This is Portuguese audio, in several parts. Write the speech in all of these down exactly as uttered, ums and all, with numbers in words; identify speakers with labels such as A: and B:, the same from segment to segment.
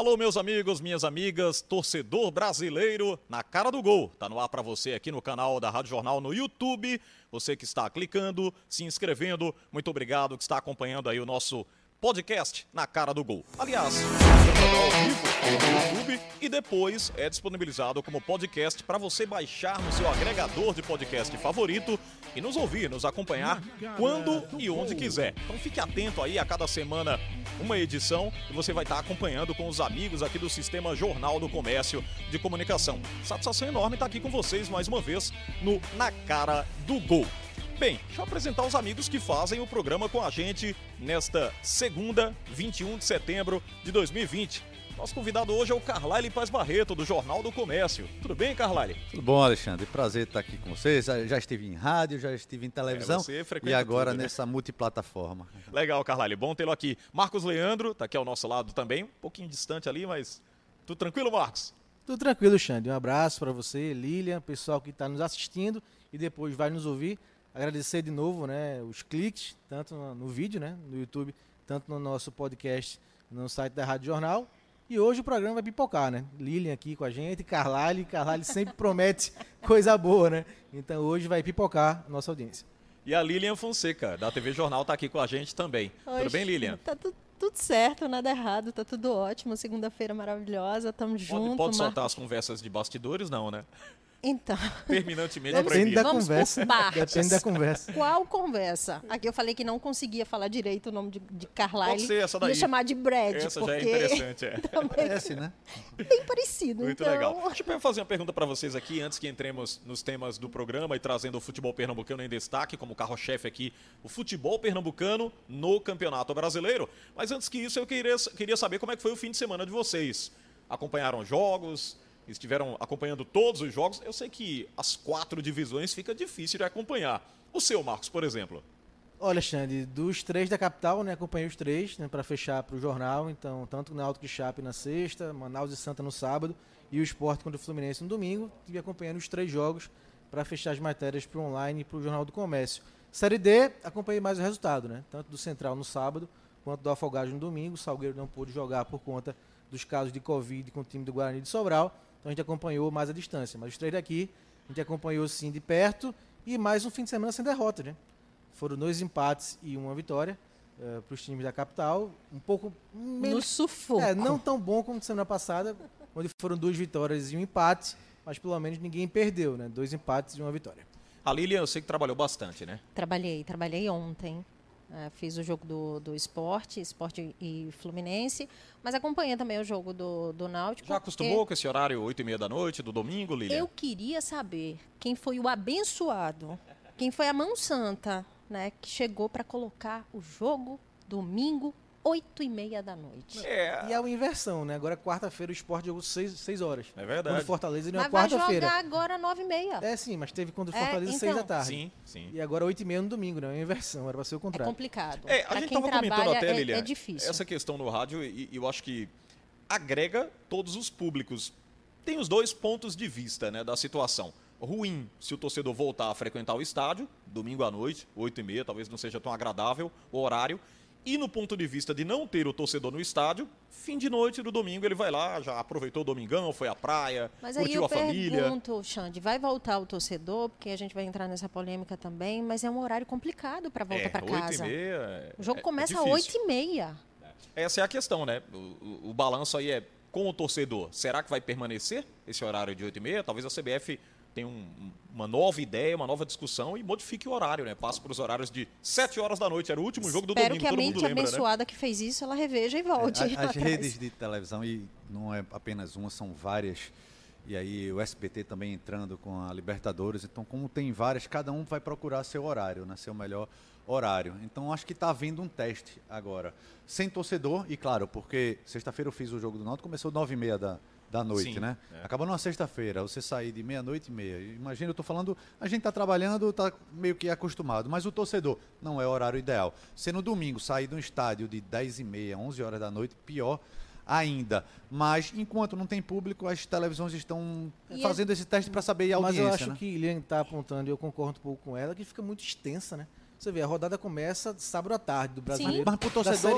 A: Alô, meus amigos, minhas amigas, torcedor brasileiro na cara do gol. Tá no ar para você aqui no canal da Rádio Jornal no YouTube. Você que está clicando, se inscrevendo, muito obrigado que está acompanhando aí o nosso podcast na cara do gol. Aliás, é ao vivo no YouTube e depois é disponibilizado como podcast para você baixar no seu agregador de podcast favorito e nos ouvir, nos acompanhar quando e onde quiser. Então fique atento aí, a cada semana uma edição e você vai estar acompanhando com os amigos aqui do Sistema Jornal do Comércio de Comunicação. Satisfação enorme estar aqui com vocês mais uma vez no Na Cara do Gol. Bem, deixa eu apresentar os amigos que fazem o programa com a gente nesta segunda, vinte e um de setembro de dois mil e vinte. Nosso convidado hoje é o Carlyle Paz Barreto, do Jornal do Comércio. Tudo bem, Carlyle?
B: Tudo bom, Alexandre. Prazer estar aqui com vocês. Já estive em rádio, já estive em televisão
A: é,
B: e agora
A: tudo, né?
B: nessa multiplataforma.
A: Legal, Carlyle. Bom tê-lo aqui. Marcos Leandro, está aqui ao nosso lado também, um pouquinho distante ali, mas tudo tranquilo, Marcos?
C: Tudo tranquilo, Xande. Um abraço para você, Lilian, pessoal que está nos assistindo e depois vai nos ouvir. Agradecer de novo, né, os cliques, tanto no, no vídeo, né, no YouTube, tanto no nosso podcast, no site da Rádio Jornal. E hoje o programa vai pipocar, né? Lilian aqui com a gente, Carlyle. Carlyle sempre promete coisa boa, né? Então hoje vai pipocar a nossa audiência.
A: E a Lilian Fonseca, da T V Jornal, está aqui com a gente também.
D: Oi,
A: tudo bem, Lilian?
D: Tá tu, tudo certo, nada errado, tá tudo ótimo. Segunda-feira maravilhosa, tamo junto.
A: Pode, pode soltar
D: Marcos.
A: as conversas de bastidores, não, né?
D: Então.
A: Terminantemente
C: Depende
A: proibido.
C: da
D: Vamos
C: conversa.
D: por partes.
C: Depende da conversa.
D: Qual conversa? Aqui eu falei que não conseguia falar direito o nome de, de Carlyle.
A: Pode ser essa daí.
D: Ia chamar de Brad,
A: Essa
D: porque
A: já é interessante, é.
D: também
B: É assim, né?
D: bem parecido.
A: Muito
D: então...
A: legal. Deixa eu fazer uma pergunta para vocês aqui, antes que entremos nos temas do programa e trazendo o futebol pernambucano em destaque, como carro-chefe aqui, o futebol pernambucano no Campeonato Brasileiro. Mas antes que isso, eu queria, queria saber como é que foi o fim de semana de vocês. Acompanharam jogos? Estiveram acompanhando todos os jogos? Eu sei que as quatro divisões fica difícil de acompanhar. O seu, Marcos, por exemplo?
C: Olha, Xande, dos três da capital, né, acompanhei os três, né, para fechar para o jornal. Então, tanto o Náutico e Chape na sexta, Manaus e Santa no sábado e o Sport contra o Fluminense no domingo. Estive acompanhando os três jogos para fechar as matérias para o online e para o Jornal do Comércio. Série D, acompanhei mais o resultado, né, tanto do Central no sábado quanto do Afogados no domingo. O Salgueiro não pôde jogar por conta dos casos de Covid com o time do Guarani de Sobral. Então a gente acompanhou mais a distância. Mas os três daqui, a gente acompanhou sim de perto e mais um fim de semana sem derrota, né? Foram dois empates e uma vitória uh, para os times da capital. Um pouco...
D: No sufoco.
C: É, não tão bom como semana passada, onde foram duas vitórias e um empate, mas pelo menos ninguém perdeu, né? Dois empates e uma vitória.
A: A Lilian, eu sei que trabalhou bastante, né?
D: Trabalhei, trabalhei ontem. É, fiz o jogo do, do Sport, Sport e Fluminense, mas acompanhei também o jogo do, do Náutico.
A: Já acostumou com esse horário oito e meia da noite, do domingo, Lilian?
D: Eu queria saber quem foi o abençoado, quem foi a mão santa, né, que chegou para colocar o jogo domingo, oito e meia da noite.
A: É,
C: E é uma inversão, né? Agora quarta-feira o Sport jogou seis, seis horas.
A: é verdade.
C: Quando Fortaleza ele é uma
D: Mas vai
C: quarta-feira.
D: jogar agora nove e meia.
C: É sim, mas teve quando
D: É,
C: Fortaleza
D: então.
C: seis da tarde.
A: Sim, sim.
C: E agora oito e meia no domingo, não é uma inversão, era para ser o
D: É
C: contrário.
D: complicado.
A: É, a
D: Pra
A: gente
D: quem
A: estava comentando
D: trabalha
A: até,
D: é,
A: Lilian,
D: é difícil.
A: essa questão no rádio, e e eu acho que agrega todos os públicos. Tem os dois pontos de vista, né, da situação. Ruim se o torcedor voltar a frequentar o estádio, domingo à noite, oito e meia, talvez não seja tão agradável o horário. E no ponto de vista de não ter o torcedor no estádio, fim de noite do domingo ele vai lá, já aproveitou o domingão, foi à praia,
D: Mas aí
A: curtiu
D: eu
A: a família.
D: pergunto, Xande, vai voltar o torcedor? Porque a gente vai entrar nessa polêmica também, mas é um horário complicado para voltar
A: É,
D: para
A: oito e
D: casa.
A: meia, é-
D: O jogo
A: é- é
D: começa às
A: difícil.
D: oito e meia.
A: Essa é a questão, né? O, o, o balanço aí é com o torcedor. Será que vai permanecer esse horário de oito e meia? Talvez a C B F tenha um, uma nova ideia, uma nova discussão e modifique o horário, né? Passe para os horários de sete horas da noite. Era o último jogo do
D: Espero
A: domingo,
D: que a
A: todo mundo
D: mente
A: lembra, né?
D: abençoada que fez isso, ela reveja e volte.
B: É, a- as
D: atrás.
B: redes de televisão, e não é apenas uma, são várias. E aí o S B T também entrando com a Libertadores. Então, como tem várias, cada um vai procurar seu horário, né? Seu melhor horário. Então, acho que está havendo um teste agora. Sem torcedor, e claro, porque sexta-feira eu fiz o jogo do Náutico, começou nove e meia da, da noite,
A: Sim,
B: né?
A: é.
B: Acabou numa sexta-feira, você sair de meia-noite e meia. Imagina, eu estou falando, a gente está trabalhando, está meio que acostumado, mas o torcedor não é o horário ideal. Se no domingo sair de um estádio de dez e meia, onze horas da noite, pior ainda. Mas, enquanto não tem público, as televisões estão
D: E
B: fazendo esse teste para saber a
C: Mas
B: audiência,
C: eu acho
B: né?
C: que Lilian está apontando, e eu concordo um pouco com ela, que fica muito extensa, né? Você vê, a rodada começa sábado à tarde do Brasileiro.
B: Mas pro
C: da
B: torcedor,
C: Série A.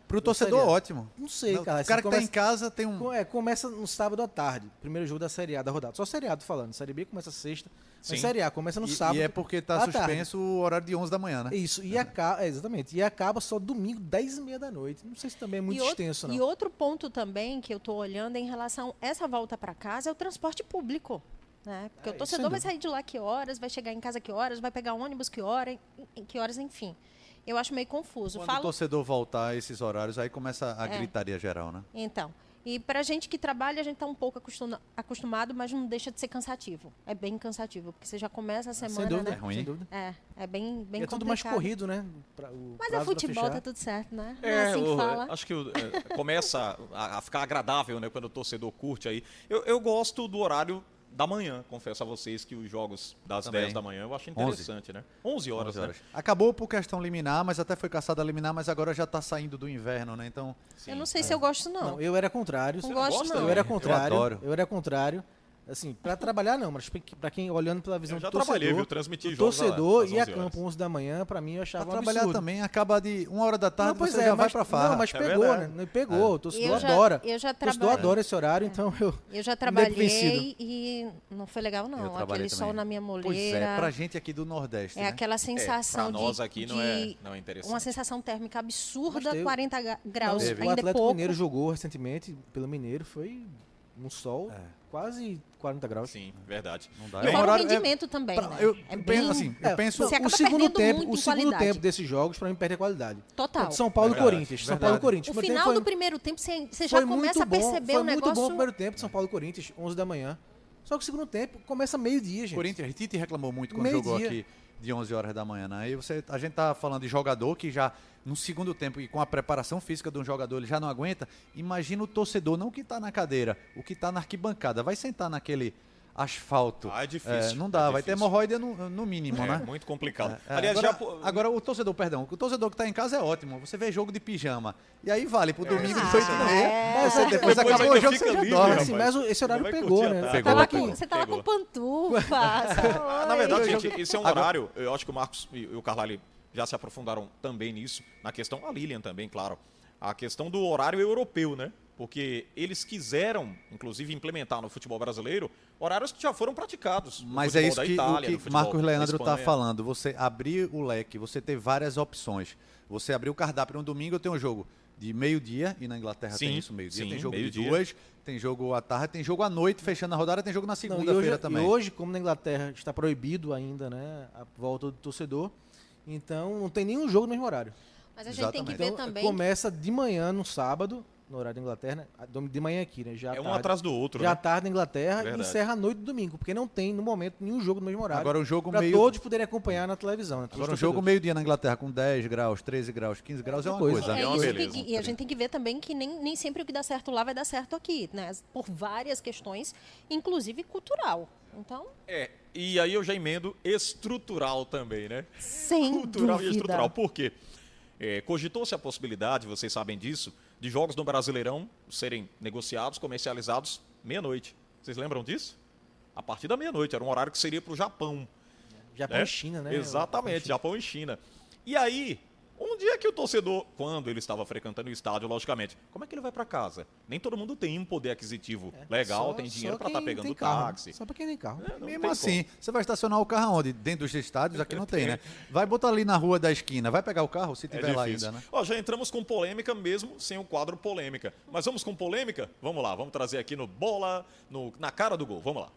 B: Pro torcedor,
C: Série A.
B: ótimo.
C: Não sei,
B: Não,
C: cara.
B: o cara
C: Assim,
B: que tá em casa tem um...
C: co- É, começa no sábado à tarde, primeiro jogo da Série A da rodada. Só Série A, tô falando. Série B começa sexta,
A: Sim.
C: mas Série A começa no
B: E,
C: sábado.
B: e é porque tá
C: à tarde.
B: suspenso o horário de onze da manhã, né?
C: Isso, e acaba, é, exatamente. E acaba só domingo, dez e meia da noite. Não sei se também é muito
D: e outro,
C: extenso, não.
D: E outro ponto também que eu estou olhando em relação a essa volta para casa é o transporte público. Né? Porque
C: É,
D: o
C: isso
D: torcedor
C: sem
D: vai
C: dúvida.
D: sair de lá que horas, vai chegar em casa que horas, vai pegar ônibus que hora, em que horas, enfim. Eu acho meio confuso.
B: Quando
D: Falo-
B: o torcedor voltar a esses horários, aí começa a
D: É.
B: gritaria geral, né?
D: Então, e para gente que trabalha, a gente está um pouco acostuma- acostumado, mas não deixa de ser cansativo. É bem cansativo, porque você já começa a semana,
C: Sem dúvida,
D: né?
B: É ruim.
C: sem dúvida.
D: É, é bem, bem
C: E é tudo
D: complicado.
C: mais corrido, né? Pra- o
D: Mas é
C: prazo pra
D: futebol,
C: fechar.
D: tá tudo certo, né? Não
A: É,
D: é assim que
A: o-
D: fala.
A: acho que o- é, começa a, a ficar agradável, né, quando o torcedor curte aí. Eu, eu gosto do horário da manhã, confesso a vocês que os jogos das
B: Também.
A: dez da manhã eu acho
B: onze.
A: interessante, né? onze horas,
B: onze horas.
A: né?
B: Acabou por questão liminar, mas até foi caçada a liminar, mas agora já tá saindo do inverno, né? Então,
A: Sim.
D: Eu não sei se eu gosto, não.
C: Não, eu era contrário.
D: Não
A: Você
D: gosto,
A: gosta,
D: não.
C: Eu era
A: Eu
C: contrário.
B: adoro.
C: Eu era contrário. Assim, pra trabalhar não, mas pra quem olhando pela visão
A: Eu já
C: do torcedor,
A: trabalhei, viu? Transmiti
C: o
A: jogos
C: torcedor
A: às
C: ir a
A: onze horas.
C: campo onze da manhã, pra mim eu
B: pra
C: achava um
B: trabalhar
C: absurdo.
B: também, acaba de uma hora da tarde,
C: Não, pois
B: você
C: é,
B: já
C: mas,
B: vai pra farra.
C: Não, mas
A: É
C: pegou,
A: verdade.
C: né? Pegou, o torcedor
D: Eu já-
C: adora.
D: eu já
C: O torcedor
D: trabalhei-
C: adora esse horário, então eu...
D: Eu já
C: Me dei por
D: trabalhei e não foi legal,
B: Eu
D: não.
B: trabalhei
D: Aquele sol
B: também.
D: na minha
B: Pois
D: moleira.
B: é, pra gente aqui do Nordeste,
D: É
B: né?
D: aquela sensação
A: É, pra nós
D: de,
A: aqui não
D: de
A: é, não é interessante.
D: uma sensação térmica absurda,
C: Mas teve-
D: quarenta ga- graus,
C: Não, o
D: ainda é
C: Atlético
D: pouco.
C: Mineiro jogou recentemente pelo Mineiro, foi um sol
B: É.
C: quase quarenta graus.
A: Sim, verdade.
B: Não dá.
D: E
B: É um
D: fora o
B: horário- é-
D: rendimento também,
B: pra-
D: né?
B: eu
D: é
B: penso
D: bem
B: assim, eu
C: É,
B: penso-
C: não,
D: Você acaba
C: o segundo
D: perdendo
C: tempo,
D: muito
C: o
D: em
C: segundo
D: qualidade.
C: tempo desses jogos pra mim perde a qualidade.
D: total.
C: São Paulo e
B: Verdade,
C: Corinthians, São
B: verdade.
C: Paulo e Corinthians.
D: O
C: Primeiro
D: final
C: tempo
D: do
C: foi-
D: primeiro tempo, você, você já
C: foi
D: começa
C: muito
D: a
C: bom,
D: perceber
C: foi
D: o
C: muito
D: negócio...
C: bom o primeiro tempo de São Paulo e Corinthians, onze da manhã. Só que o segundo tempo começa meio-dia, gente.
B: Corinthians, Tite reclamou muito quando
C: Meio
B: jogou
C: dia.
B: aqui de onze horas da manhã, né? Aí você, a gente tá falando de jogador que já no segundo tempo e com a preparação física de um jogador ele já não aguenta. Imagina o torcedor, não o que tá na cadeira, o que tá na arquibancada, vai sentar naquele asfalto.
A: Ah, é difícil,
B: não dá,
A: é
B: vai ter
A: difícil.
B: hemorroida no, no mínimo,
A: É,
B: né?
A: muito complicado.
B: É,
A: Aliás,
B: agora,
A: já... po-
B: agora o torcedor, perdão, o torcedor que tá em casa é ótimo. Você vê jogo de pijama. E aí vale pro domingo de
D: Ah,
B: oito e meia.
D: é.
B: Você, depois,
A: Depois
B: acabou
A: ainda
B: o jogo,
A: fica
B: você já
A: livre,
B: dorme.
A: rapaz.
C: Assim, mas o- esse horário
A: Não vai
C: pegou,
A: curtir a
C: né?
A: tarde.
C: Você
B: Pegou,
C: tava
D: Tava
C: aqui.
D: com- você tava
A: Pegou.
D: com pantufa.
A: Ah, na verdade,
D: Oi.
A: gente, esse é um
B: Agora-
A: horário, eu acho que o Marcos e o Carlali já se aprofundaram também nisso, na questão, a Lilian também, claro, a questão do horário europeu, né? Porque eles quiseram, inclusive, implementar no futebol brasileiro horários que já foram praticados. no
B: Mas é
A: futebol
B: isso
A: da
B: que,
A: Itália,
B: o
A: no
B: que
A: futebol
B: Marcos
A: da
B: Leandro está
A: Espanha.
B: falando. Você abrir o leque, você ter várias opções. Você abrir o cardápio no domingo, eu tenho um jogo de meio-dia, e na Inglaterra
A: Sim,
B: tem isso, meio-dia.
A: sim,
B: Tem jogo de
A: meio-dia.
B: duas, tem jogo à tarde, tem jogo à noite, fechando a rodada, tem jogo na
C: Não, e, hoje,
B: segunda-feira também.
C: e hoje, como na Inglaterra está proibido ainda, né, a volta do torcedor, então não tem nenhum jogo no mesmo horário.
D: Mas a gente tem que
B: Exatamente.
D: ver
C: Então,
D: também...
C: começa de manhã no sábado, no horário da Inglaterra, né, de manhã aqui, né, já à
A: É um
C: tarde.
A: atrás do outro,
C: Já à
A: né?
C: tarde na Inglaterra
A: Verdade.
C: e encerra à noite do domingo, porque não tem, no momento, nenhum jogo no mesmo horário.
B: Agora o jogo
C: para
B: meio...
C: todos poderem acompanhar na televisão. Né, todos
B: Agora um
C: os
B: jogo
C: torcedores.
B: meio-dia na Inglaterra com dez graus, treze graus, quinze graus é uma
C: coisa.
B: coisa.
A: É
D: É
A: uma
D: isso
A: beleza.
D: que, e a gente tem que ver também que nem, nem sempre o que dá certo lá vai dar certo aqui, né? Por várias questões, inclusive cultural. Então,
A: É, e aí eu já emendo estrutural também, né?
D: sem
A: Cultural
D: dúvida.
A: e estrutural. Por quê? É, cogitou-se a possibilidade, vocês sabem disso, de jogos no Brasileirão serem negociados, comercializados meia-noite. Vocês lembram disso? A partir da meia-noite, era um horário que seria para o Japão.
C: Japão
A: né?
C: e China, né?
A: Exatamente, Japão e China. E aí, um dia que o torcedor, quando ele estava frequentando o estádio, logicamente, como é que ele vai para casa? Nem todo mundo tem um poder aquisitivo legal,
C: Só-
A: tem
C: só
A: dinheiro para estar
C: quem
A: pegando
C: tem carro,
A: táxi.
C: Só para quem tem carro.
A: É, não
B: Mesmo
A: tem
B: assim,
A: como.
B: você vai estacionar o carro onde? Dentro dos estádios? Aqui não tem, né? Vai botar ali na rua da esquina, vai pegar o carro se
A: É
B: tiver lá
A: difícil.
B: ainda, né?
A: Ó, já entramos com polêmica mesmo sem o quadro polêmica. Mas vamos com polêmica? Vamos lá, vamos trazer aqui no Bola, no, na cara do gol. Vamos lá.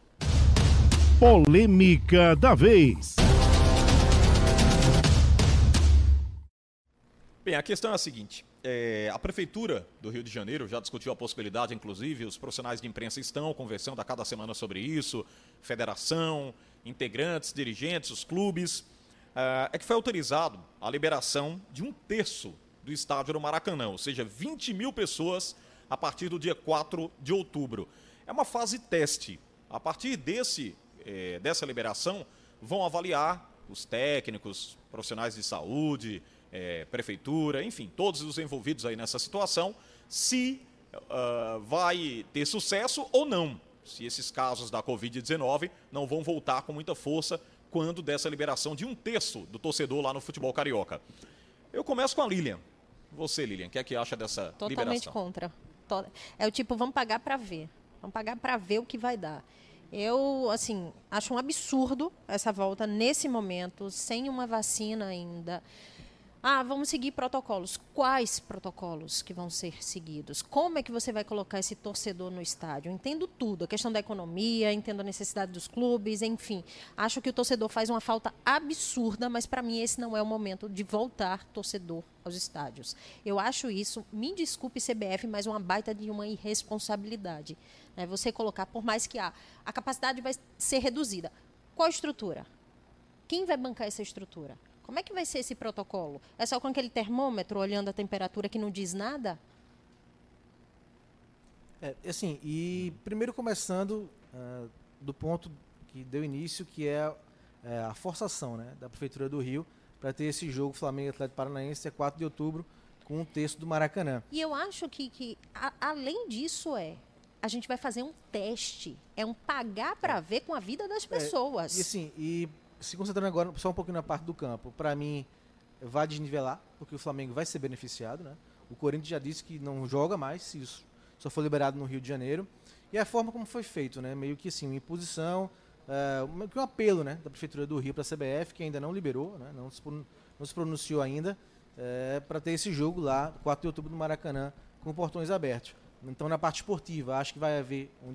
E: Polêmica da vez.
A: Bem, a questão é a seguinte. é, a Prefeitura do Rio de Janeiro já discutiu a possibilidade, inclusive, os profissionais de imprensa estão conversando a cada semana sobre isso, federação, integrantes, dirigentes, os clubes. É, é que foi autorizado a liberação de um terço do estádio do Maracanã, ou seja, vinte mil pessoas a partir do dia quatro de outubro. É uma fase teste. A partir desse, é, dessa liberação, vão avaliar os técnicos, profissionais de saúde, é, prefeitura, enfim, todos os envolvidos aí nessa situação, se uh, vai ter sucesso ou não. Se esses casos da covid dezenove não vão voltar com muita força quando dessa liberação de um terço do torcedor lá no futebol carioca. Eu começo com a Lilian. Você, Lilian, o que é que acha dessa
D: Totalmente
A: liberação?
D: contra. To- É o tipo, vamos pagar para ver. Vamos pagar para ver o que vai dar. Eu, assim, acho um absurdo essa volta nesse momento, sem uma vacina ainda. Ah, vamos seguir protocolos. Quais protocolos que vão ser seguidos? Como é que você vai colocar esse torcedor no estádio? Eu entendo tudo, a questão da economia, entendo a necessidade dos clubes, enfim. Acho que o torcedor faz uma falta absurda, mas para mim esse não é o momento de voltar torcedor aos estádios. Eu acho isso, me desculpe C B F, mas uma baita de uma irresponsabilidade. Né? Você colocar, por mais que a, a capacidade vai ser reduzida. Qual a estrutura? Quem vai bancar essa estrutura? Como é que vai ser esse protocolo? É só com aquele termômetro olhando a temperatura que não diz nada?
C: É, assim, e primeiro começando uh, do ponto que deu início, que é, é a forçação, né, da Prefeitura do Rio para ter esse jogo Flamengo e Atlético Paranaense, dia quatro de outubro, com um terço do Maracanã.
D: E eu acho que, que a, além disso, é a gente vai fazer um teste. É um pagar para ver com a vida das pessoas.
C: É, e assim, e se concentrando agora só um pouquinho na parte do campo, para mim vai desnivelar, porque o Flamengo vai ser beneficiado, né? O Corinthians já disse que não joga mais, se isso só for liberado no Rio de Janeiro. E a forma como foi feito, né? Meio que assim, uma imposição, uh, um apelo, né, da Prefeitura do Rio para a C B F, que ainda não liberou, né? não, se, não se pronunciou ainda, uh, para ter esse jogo lá, quatro de outubro no Maracanã, com portões abertos. Então, na parte esportiva, acho que vai haver um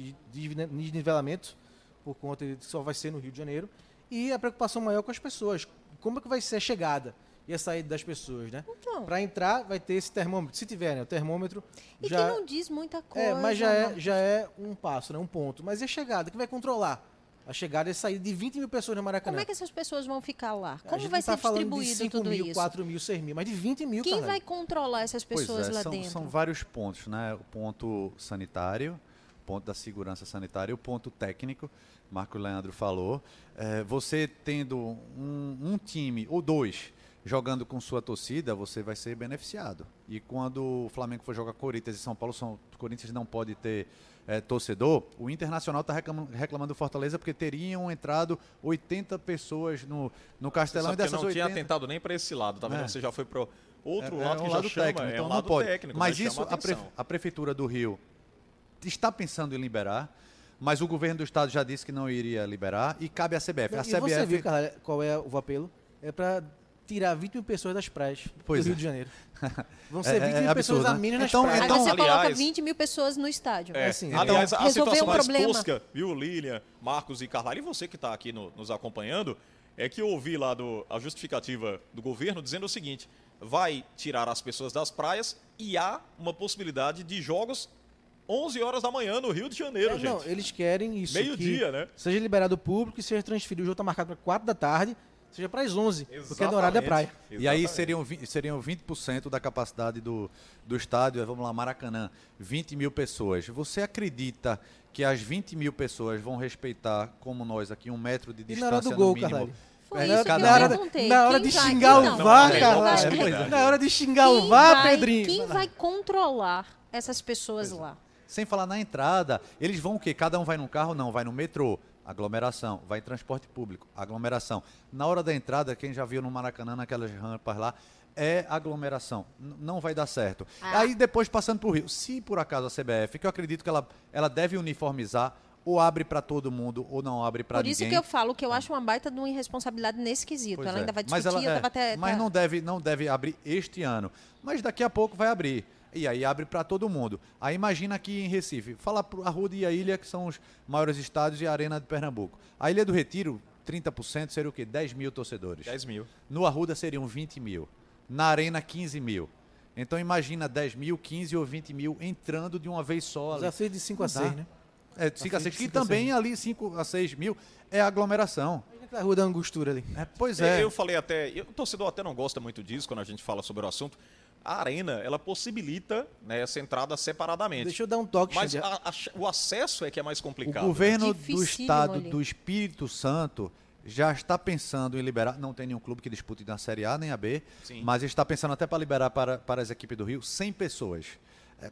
C: desnivelamento, por conta de que só vai ser no Rio de Janeiro. E a preocupação maior com as pessoas. Como é que vai ser a chegada e a saída das pessoas, né?
D: Então.
C: Para entrar, vai ter esse termômetro. Se tiver, né? O termômetro
D: E
C: já...
D: que não diz muita coisa.
C: É, mas já é,
D: Marcos.
C: já é um passo, né? Um ponto. Mas e a chegada? Quem vai controlar? A chegada e a saída de vinte mil pessoas no Maracanã.
D: Como é que essas pessoas vão ficar lá?
C: A
D: Como
C: gente
D: vai
C: não tá
D: ser
C: falando de
D: distribuído
C: cinco
D: tudo
C: mil,
D: isso?
C: quatro mil, seis mil, mas de vinte mil,
D: Quem
C: caralho.
D: vai controlar essas pessoas
B: Pois é,
D: lá
B: são,
D: dentro?
B: são vários pontos, né? O ponto sanitário, o ponto da segurança sanitária, o ponto técnico, Marco Leandro falou. É, você tendo um, um time ou dois jogando com sua torcida, você vai ser beneficiado. E quando o Flamengo for jogar Corinthians e São Paulo, São, Corinthians não pode ter é, torcedor, o Internacional está reclamando, reclamando do Fortaleza porque teriam entrado oitenta pessoas no, no Castelão.
A: Você
B: E
A: sabe que
B: dessas
A: não tinha
B: oitenta...
A: atentado nem para esse lado, tá vendo?
B: É.
A: Você já foi para outro
B: É,
A: lado
B: é um
A: que
B: lado
A: já chama,
B: técnico,
A: é
B: então
A: um
B: não
A: lado
B: pode.
A: técnico,
B: mas
A: mas
B: isso
A: chama
B: a, pre-
A: atenção.
B: a Prefeitura do Rio está pensando em liberar, mas o governo do estado já disse que não iria liberar e cabe à C B F. A
C: E
B: C B F
C: você viu, cara, qual é o apelo? É para tirar vinte mil pessoas das praias
B: Pois
C: do
B: é.
C: Rio de Janeiro. Vão
B: É-
C: ser vinte
B: é
C: mil pessoas
B: absurdo,
C: a
B: né?
C: menos nas
B: Então-
C: praias.
D: Aí
B: então-
D: você
A: aliás-
D: coloca vinte mil pessoas no estádio.
A: É,
C: assim,
A: aliás,
C: então,
A: a
D: resolver
A: situação
D: um
A: mais
D: problema.
A: tosca, viu, Lilian, Marcos e Carvalho, e você que está aqui no- nos acompanhando, é que eu ouvi lá do, a justificativa do governo dizendo o seguinte: vai tirar as pessoas das praias e há uma possibilidade de jogos onze horas da manhã no Rio de Janeiro,
C: É,
A: gente.
C: não, eles querem isso.
A: Meio-dia,
C: que
A: né?
C: Seja liberado o público e seja transferido. O jogo está marcado para quatro da tarde, seja para as onze, porque é no horário da praia.
B: E aí
A: Exatamente.
B: seriam, vi- seriam vinte por cento da capacidade do, do estádio, vamos lá, Maracanã, vinte mil pessoas. Você acredita que as vinte mil pessoas vão respeitar, como nós aqui, um metro de
C: E na hora
B: distância
C: do gol,
B: no mínimo?
C: Carvalho?
D: Foi
B: É,
D: isso que
B: cada-
D: eu
C: na hora,
D: perguntei.
C: na hora
D: Quem
C: de
D: vai-
C: xingar
D: então,
C: o V A R,
A: não,
C: Carvalho.
A: não, não, não.
C: Na hora de xingar o
D: Quem
C: V A R,
D: vai-
C: Pedrinho.
D: Quem vai controlar essas pessoas lá?
B: Sem falar na entrada, eles vão o quê? Cada um vai num carro? Não, vai no metrô, aglomeração. Vai em transporte público, aglomeração. Na hora da entrada, quem já viu no Maracanã, naquelas rampas lá, é aglomeração. N- não vai dar certo.
D: Ah.
B: Aí depois, passando por Rio, se por acaso a C B F, que eu acredito que ela, ela deve uniformizar, ou abre para todo mundo, ou não abre para
D: Por
B: ninguém.
D: isso que eu falo que eu acho uma baita de uma irresponsabilidade nesse quesito.
B: Pois
D: Ela
B: é.
D: ainda vai
B: mas
D: discutir,
B: ela,
D: eu
B: é,
D: tava até...
B: mas
D: tá-
B: não deve, não deve abrir este ano. Mas daqui a pouco vai abrir. E aí abre para todo mundo. Aí imagina aqui em Recife, fala pro Arruda e a Ilha, que são os maiores estádios, e a Arena de Pernambuco. A Ilha do Retiro, trinta por cento seria o quê? dez mil torcedores.
A: dez mil.
B: No Arruda seriam vinte mil. Na Arena, quinze mil. Então imagina dez mil, quinze ou vinte mil entrando de uma vez só ali.
C: Desafio de cinco a
B: Dá.
C: seis, né?
B: É, cinco a seis, que
C: cinco a seis.
B: também ali cinco a seis mil é aglomeração.
C: A rua da angostura ali.
B: É, pois é.
A: Eu falei até, eu- o torcedor até não gosta muito disso quando a gente fala sobre o assunto. A arena, ela possibilita, né, essa entrada separadamente.
C: Deixa eu dar um toque,
A: Mas
C: Xavier.
A: a- a- o acesso é que é mais
B: O
A: complicado.
B: governo do
D: Dificílimo
B: estado
D: ali.
B: do Espírito Santo já está pensando em liberar, não tem nenhum clube que dispute na Série A nem a B,
A: Sim.
B: mas está pensando até para liberar para, para as equipes do Rio cem pessoas. É,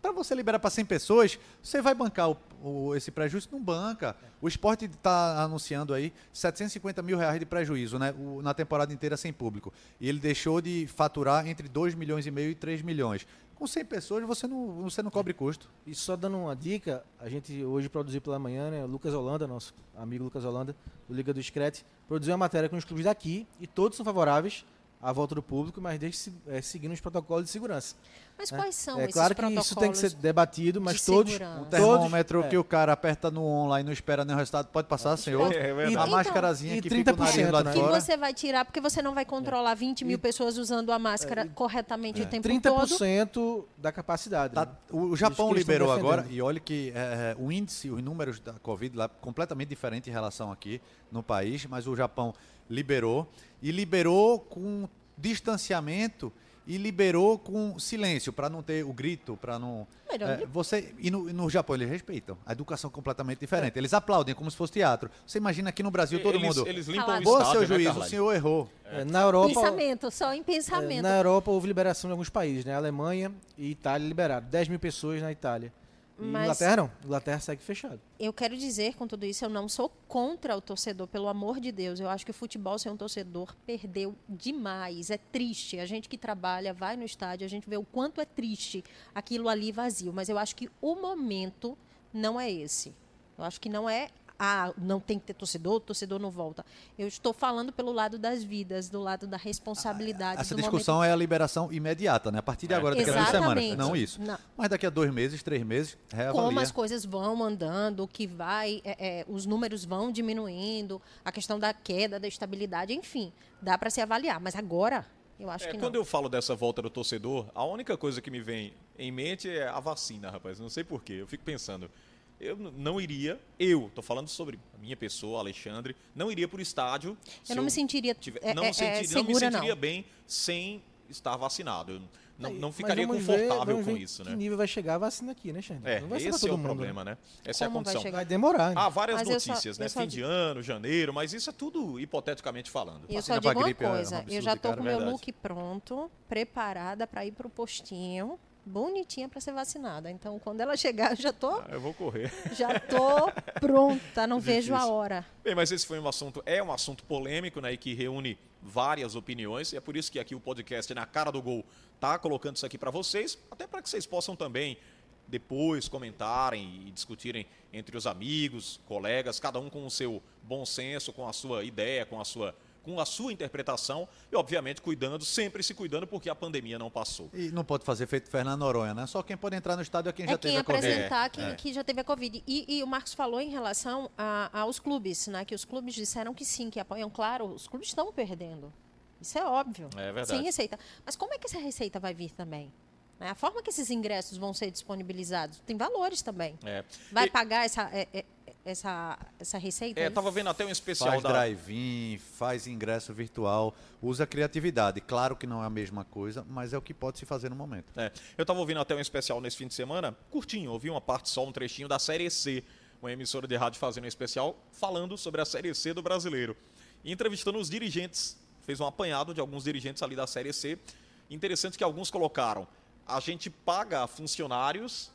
B: para você liberar para cem pessoas, você vai bancar o, o, esse prejuízo? Não banca. O Sport está anunciando aí setecentos e cinquenta mil reais de prejuízo, né, o, na temporada inteira sem público. E ele deixou de faturar entre dois milhões e meio e três milhões. Com cem pessoas você não, você não cobre custo.
C: E só dando uma dica, a gente hoje produziu pela manhã, né, o Lucas Holanda, nosso amigo Lucas Holanda, do Liga do Screte, produziu uma matéria com os clubes daqui e todos são favoráveis à volta do público, mas desde é, seguindo os protocolos de segurança.
D: Mas
C: né?
D: quais são
C: é,
D: esses
C: claro que
D: protocolos?
C: isso tem que ser debatido, mas
D: de
C: todos...
D: segurança?
B: O termômetro
C: todos,
B: que
C: é.
B: o cara aperta no online e não espera nenhum resultado, pode passar, senhor?
A: É, é verdade.
B: A
D: Então,
B: máscarazinha
C: e
B: que
C: trinta
B: fica
C: por
B: o
C: cento,
B: nariz lá de
C: né?
D: Que
B: fora.
D: você vai tirar, porque você não vai controlar vinte mil
C: E-
D: pessoas usando a máscara corretamente o tempo
C: trinta por
D: todo.
C: cento da capacidade.
B: Tá,
C: né?
B: o o Japão
C: Isso que eles estão
B: liberou
C: defendendo.
B: agora, e olha que é, o índice, os números da Covid lá completamente diferente em relação aqui no país, mas o Japão liberou, e liberou com distanciamento e liberou com silêncio, para não ter o grito, para não...
D: Melhor
B: É,
D: de-
B: você, e no, no Japão eles respeitam, a educação é completamente diferente, eles aplaudem como se fosse teatro. Você imagina aqui no Brasil todo
A: eles,
B: mundo...
A: Eles limpam
D: Calado.
A: o
B: Boa
A: estádio,
B: seu
A: né,
B: juízo,
A: Carla?
B: o senhor errou.
C: É, na Europa...
D: Pensamento, só em
C: É,
D: pensamento.
C: na Europa houve liberação em alguns países, né? Alemanha e Itália liberaram. dez mil pessoas na Itália. E
D: Mas-
C: Inglaterra não. Inglaterra segue fechado.
D: Eu quero dizer, com tudo isso, eu não sou contra o torcedor, pelo amor de Deus. Eu acho que o futebol sem um torcedor perdeu demais. É triste. A gente que trabalha, vai no estádio, a gente vê o quanto é triste aquilo ali vazio. Mas eu acho que o momento não é esse. Eu acho que não é, ah, não tem que ter torcedor, o torcedor não volta. Eu estou falando pelo lado das vidas, do lado da responsabilidade.
B: Essa
D: do
B: discussão
D: momento...
B: é a liberação imediata, né? A partir de
A: É.
B: agora, daqui a duas
D: Exatamente.
B: semanas. Não isso.
D: Não.
B: Mas daqui a dois meses, três meses, reavalia.
D: Como as coisas vão andando, que vai, é, é, os números vão diminuindo, a questão da queda, da estabilidade, enfim, dá para se avaliar. Mas agora, eu acho
A: É,
D: que
A: quando
D: não.
A: eu falo dessa volta do torcedor, a única coisa que me vem em mente é a vacina, rapaz. Não sei porquê. Eu fico pensando, eu n- não iria, eu, tô falando sobre a minha pessoa, Alexandre, não iria pro estádio. se
D: Eu não me sentiria
A: tiver-
D: é,
A: não,
D: é,
A: senti-
D: é,
A: não me
D: segura,
A: sentiria
D: não.
A: bem sem estar vacinado. Eu não,
C: Aí,
A: não
C: mas
A: ficaria
C: vamos ver-
A: confortável
C: vamos
A: com
C: ver
A: isso,
C: que
A: né?
C: nível vai chegar a vacina aqui, né, Xande?
A: É,
C: Não vai ser pra
A: esse é
C: todo
A: o
C: mundo,
A: problema, né? Essa
D: Como
A: é a
D: vai
A: condição.
D: chegar?
C: Vai demorar. hein?
A: Há várias
D: Mas eu só-
A: notícias, né?
D: eu só
A: Fim de
D: digo-
A: ano, janeiro, mas isso é tudo hipoteticamente falando.
D: Eu
B: Vacina
D: só
B: pra
D: digo uma
B: gripe é um
D: coisa, eu
B: absurdo,
D: já tô
B: cara,
D: com meu
A: verdade.
D: look pronto, preparada para ir pro postinho, bonitinha para ser vacinada. Então, quando ela chegar, eu já tô,
A: Ah, eu vou correr.
D: já tô pronta, não vejo a
A: Difícil.
D: hora.
A: Bem, mas esse foi um assunto, é um assunto polêmico, né, e que reúne várias opiniões, e é por isso que aqui o podcast Na Cara do Gol tá colocando isso aqui para vocês, até para que vocês possam também depois comentarem e discutirem entre os amigos, colegas, cada um com o seu bom senso, com a sua ideia, com a sua com a sua interpretação e, obviamente, cuidando, sempre se cuidando, porque a pandemia não passou.
B: E não pode fazer feito Fernando Noronha, né? Só quem pode entrar no estádio é quem já
D: É quem
B: teve a Covid.
D: apresentar
A: É,
D: que,
A: é.
D: que já teve a Covid. E, e o Marcos falou em relação a- aos clubes, né? Que os clubes disseram que sim, que apoiam. Claro, os clubes estão perdendo. Isso é óbvio.
A: É verdade.
D: Sem receita. Mas como é que essa receita vai vir também? Né? A forma que esses ingressos vão ser disponibilizados tem valores também.
A: É.
D: Vai
A: E-
D: pagar essa, é, é, essa, essa receita?
A: É, tava vendo até um especial
B: Faz
A: da...
B: drive-in, faz ingresso virtual, usa criatividade. Claro que não é a mesma coisa, mas é o que pode se fazer no momento.
A: É, eu estava ouvindo até um especial nesse fim de semana, curtinho, ouvi uma parte só, um trechinho da Série C, uma emissora de rádio fazendo um especial falando sobre a Série C do Brasileiro. E entrevistando os dirigentes, fez um apanhado de alguns dirigentes ali da Série C. Interessante que alguns colocaram, a gente paga funcionários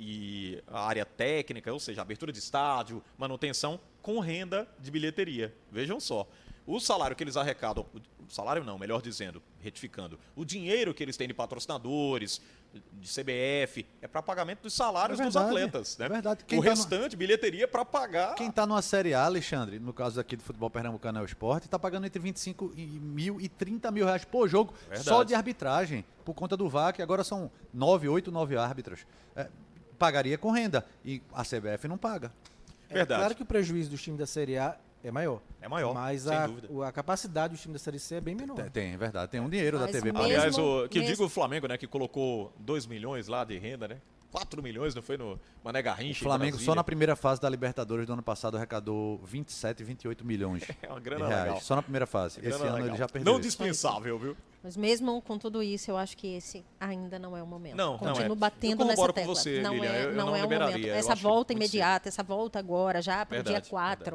A: e a área técnica, ou seja, abertura de estádio, manutenção, com renda de bilheteria. Vejam só. O salário que eles arrecadam, o salário não, melhor dizendo, retificando, o dinheiro que eles têm de patrocinadores, de C B F, é para pagamento dos salários
B: É
A: dos
B: verdade,
A: atletas. Né?
B: é verdade. Quem
A: O
B: tá no-
A: restante, bilheteria, para pagar...
B: Quem está numa Série A, Alexandre, no caso aqui do futebol pernambucano é o Esporte, está pagando entre vinte e cinco mil e trinta mil reais por jogo
A: Verdade.
B: só de arbitragem, por conta do V A R, que agora são nove, oito, nove árbitros. É, pagaria com renda e a C B F não paga.
A: Verdade.
C: É claro que o prejuízo dos times da Série A é maior.
A: É maior,
C: Mas
A: sem
C: a,
A: dúvida.
C: o- a capacidade dos times da Série C é bem menor.
B: Tem, tem, é verdade. Tem um dinheiro da
D: Mas
B: T V
D: mesmo-
B: pagando.
A: Aliás, o, que eu
D: mesmo-
A: digo o Flamengo, né, que colocou dois milhões lá de renda, né? quatro milhões, não foi no Mané
B: O
A: Garrincha? em
B: Flamengo
A: Brasília?
B: só na primeira fase da Libertadores do ano passado arrecadou vinte e sete, vinte e oito milhões
A: É uma
B: de
A: grana
B: reais.
A: legal.
B: Só na primeira fase.
A: Grana
B: Esse ano
A: legal.
B: ele já perdeu.
A: Não
B: isso.
A: dispensável, viu?
D: Mas mesmo com tudo isso, eu acho que esse ainda não é o momento.
A: Não, não
D: Continuo
A: é.
D: batendo
A: Eu
D: nessa
A: concordo com
D: tecla.
A: você,
D: não
A: Lilian,
D: é,
A: eu- eu
D: não
A: não
D: é o
A: liberaria.
D: momento.
A: Eu
D: Essa
A: acho
D: volta
A: muito
D: imediata, essa volta agora, já para o dia
A: Verdade,
D: quatro.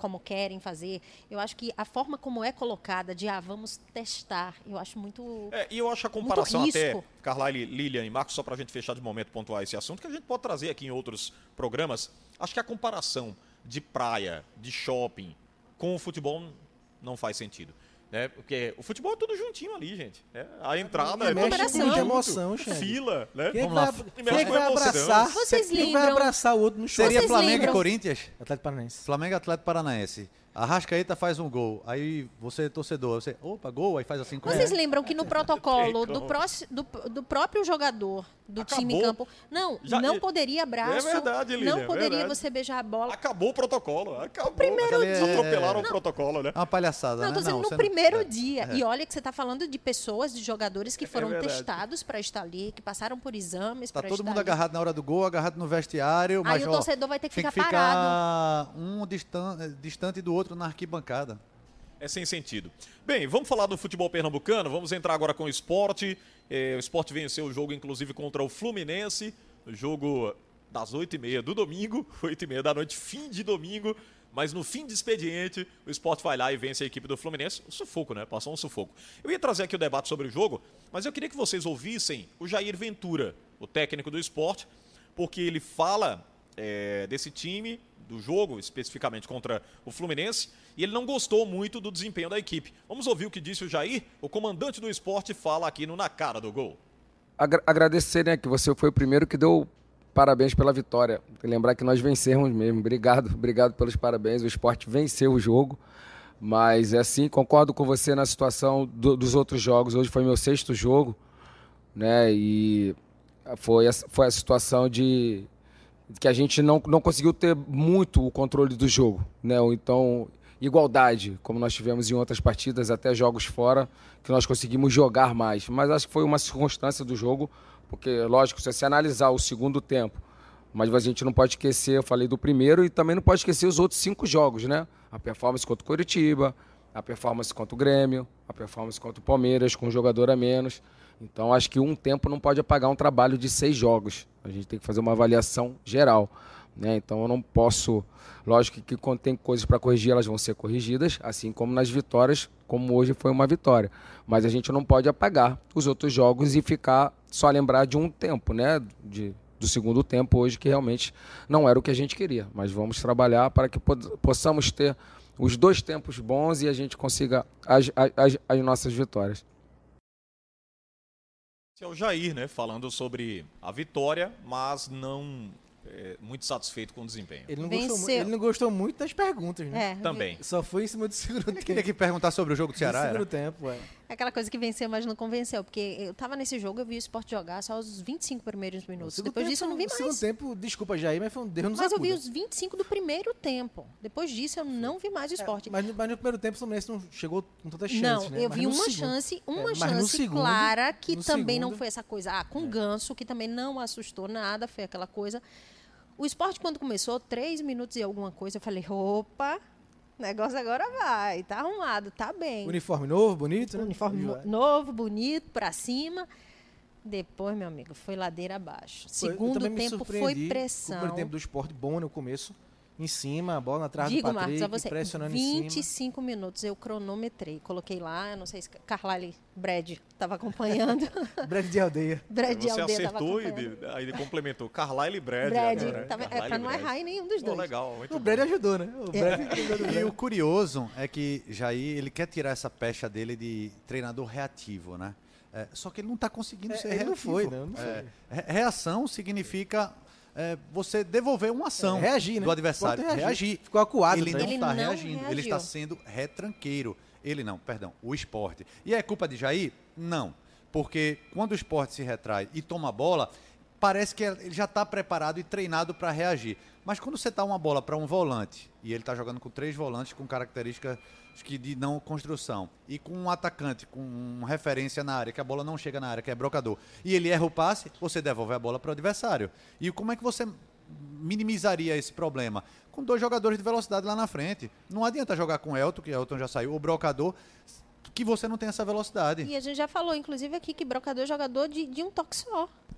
D: como querem fazer. Eu acho que a forma como é colocada de, ah, vamos testar, eu acho muito
A: É, e eu acho a comparação
D: muito
A: até,
D: risco.
A: Carlyle, Lilian e Marcos, só para a gente fechar de momento pontuar esse assunto, que a gente pode trazer aqui em outros programas. Acho que a comparação de praia, de shopping, com o futebol não faz sentido. Né? Porque o futebol é tudo juntinho ali, gente. né? A entrada
C: É,
A: é
C: mexe
A: tudo
D: com
A: junto,
C: muita emoção, Xande.
A: fila, né?
C: Quem é que
B: Vamos
C: vai,
B: lá.
C: quem
A: Mexe
C: é que
A: com
C: vai
A: emoção.
C: abraçar?
D: Vocês
C: Quem vai
D: lembram-
C: abraçar o outro no show?
B: Seria
D: Vocês
B: Flamengo
D: lembram?
B: e Corinthians?
C: Atlético Paranaense.
B: Flamengo e Atlético Paranaense. Arrascaeta faz um gol. Aí você, torcedor, você, opa, gol, aí faz assim com
D: Vocês lembram que no protocolo
A: Tem
D: do,
A: como.
D: próximo, do, do próprio jogador do
A: Acabou.
D: time em campo, não,
A: Já-
D: não poderia abraço,
A: É verdade, Lilian,
D: não
A: é
D: poderia
A: verdade.
D: você beijar a bola.
A: Acabou o protocolo. Acabou.
D: primeiro
B: dia-
A: Eles atropelaram o protocolo, né?
B: É uma palhaçada,
D: Não, eu
B: né?
D: tô dizendo no
B: você
D: primeiro
B: é.
D: dia. E olha que você está falando de pessoas, de jogadores que foram
A: verdade.
D: testados para estar ali, que passaram por exames
B: Tá
D: para
B: todo
D: estar
B: mundo
D: ali.
B: agarrado na hora do gol, agarrado no vestiário, mas
D: Aí o
B: ó,
D: torcedor vai ter que
B: tem
D: ficar
B: que
D: parado.
B: ficar um distan distante do outro na arquibancada.
A: É sem sentido. Bem, vamos falar do futebol pernambucano. Vamos entrar agora com o esporte. É, o esporte venceu o jogo, inclusive, contra o Fluminense. O jogo das oito e meia do domingo. oito e meia da noite, fim de domingo. Mas no fim de expediente, o esporte vai lá e vence a equipe do Fluminense. Um sufoco, né? Passou um sufoco. Eu ia trazer aqui o debate sobre o jogo, mas eu queria que vocês ouvissem o Jair Ventura, o técnico do esporte, porque ele fala é, desse time, do jogo, especificamente contra o Fluminense, e ele não gostou muito do desempenho da equipe. Vamos ouvir o que disse o Jair, o comandante do esporte fala aqui no Na Cara do Gol.
E: Agra- agradecer, né, que você foi o primeiro que deu parabéns pela vitória. Lembrar que nós vencemos mesmo. Obrigado, obrigado pelos parabéns. O esporte venceu o jogo, mas é assim, concordo com você na situação do- dos outros jogos. Hoje foi meu sexto jogo, né, e foi a, foi a situação de que a gente não, não conseguiu ter muito o controle do jogo, né, ou então igualdade, como nós tivemos em outras partidas, até jogos fora, que nós conseguimos jogar mais. Mas acho que foi uma circunstância do jogo, porque, lógico, se você analisar o segundo tempo, mas a gente não pode esquecer, eu falei do primeiro, e também não pode esquecer os outros cinco jogos, né? A performance contra o Coritiba, a performance contra o Grêmio, a performance contra o Palmeiras, com um jogador a menos. Então, acho que um tempo não pode apagar um trabalho de seis jogos. A gente tem que fazer uma avaliação geral, né? Então, eu não posso... Lógico que quando tem coisas para corrigir, elas vão ser corrigidas, assim como nas vitórias, como hoje foi uma vitória. Mas a gente não pode apagar os outros jogos e ficar só lembrar de um tempo, né? De, do segundo tempo hoje, que realmente não era o que a gente queria. Mas vamos trabalhar para que possamos ter os dois tempos bons e a gente consiga as, as, as nossas vitórias.
A: Esse é o Jair, né? Falando sobre a vitória, mas não é, muito satisfeito com o desempenho.
C: Ele não,
D: Venceu.
C: gostou, mu- ele não gostou muito das perguntas, né?
D: É,
A: Também.
C: Só foi em cima do segundo
B: Eu
C: tempo.
B: queria que perguntar sobre o jogo do
C: Do
B: Ceará.
C: segundo
B: Era?
C: tempo, é.
D: é aquela coisa que venceu, mas não convenceu. Porque eu tava nesse jogo, eu vi o Sport jogar só os vinte e cinco primeiros minutos.
C: Segundo
D: Depois
C: tempo,
D: disso eu não vi
C: no segundo
D: mais.
C: tempo, desculpa, Jair, mas foi um Deus nos
D: Mas eu vi
C: acuda.
D: os vinte e cinco do primeiro tempo. Depois disso eu não vi mais o Sport.
C: É, mas, no- mas no primeiro tempo o Fluminense não chegou com tantas chances,
D: Não,
C: né?
D: eu
C: Mas
D: vi
C: no
D: uma
C: segundo-
D: chance, uma
C: É, mas no
D: chance
C: segundo-
D: clara, que
C: no
D: também não
C: segundo-
D: foi essa coisa, ah, com ganso, que também não assustou nada, foi aquela coisa. O Sport, quando começou, três minutos e alguma coisa, eu falei, opa, o negócio agora vai, tá arrumado, tá bem.
C: Uniforme novo, bonito, né?
D: Uniforme
C: Viu,
D: mo-
C: é.
D: novo, bonito, pra cima. Depois, meu amigo, foi ladeira abaixo.
C: Foi- eu
D: Segundo
C: também me
D: tempo foi
C: surpreendi com O
D: pressão.
C: primeiro tempo do esporte bom no começo. Em cima, a bola atrás
D: Digo,
C: do Patrick,
D: Marcos, a você,
C: pressionando em
D: vinte e
C: cima.
D: cinco minutos eu cronometrei. Coloquei lá, eu não sei se Carlyle Brad estava acompanhando.
C: Breve de aldeia.
D: Brad de
A: Você
D: aldeia estava
A: acertou e
D: acompanhando.
A: de- aí ele complementou. Carlyle e Brad.
D: Brad,
A: agora, né?
D: tava- é
A: Carlyle
D: pra
A: e
D: não
A: Brad.
D: errar em nenhum dos
A: Pô,
D: dois.
A: legal, muito
C: O
A: bom.
C: Brad ajudou, né? O Brad ajudou do
B: E
C: Brad.
B: o curioso é que Jair, ele quer tirar essa pecha dele de treinador reativo, né? É, só que ele não está conseguindo
C: É,
B: ser
C: ele
B: reativo.
C: não foi, não, não
B: É,
C: foi.
B: re- reação significa é, você devolver uma ação
C: É, reagir, né?
B: do adversário.
C: Pode reagir.
B: Reagir.
C: Ficou acuado.
B: Ele
C: tá?
B: não
D: Ele
B: está
D: não
B: reagindo, ele
D: reagiu.
B: está sendo retranqueiro. Ele não, perdão, o esporte. E é culpa de Jair? Não. Porque quando o esporte se retrai e toma a bola, parece que ele já está preparado e treinado para reagir. Mas quando você dá uma bola para um volante, e ele está jogando com três volantes com características que de não construção, e com um atacante com referência na área, que a bola não chega na área, que é brocador, e ele erra o passe, você devolve a bola para o adversário. E como é que você minimizaria esse problema? Com dois jogadores de velocidade lá na frente. Não adianta jogar com o Elton, que o Elton já saiu, o brocador, que você não tem essa velocidade.
D: E a gente já falou, inclusive, aqui que brocador é jogador de, de um toque só.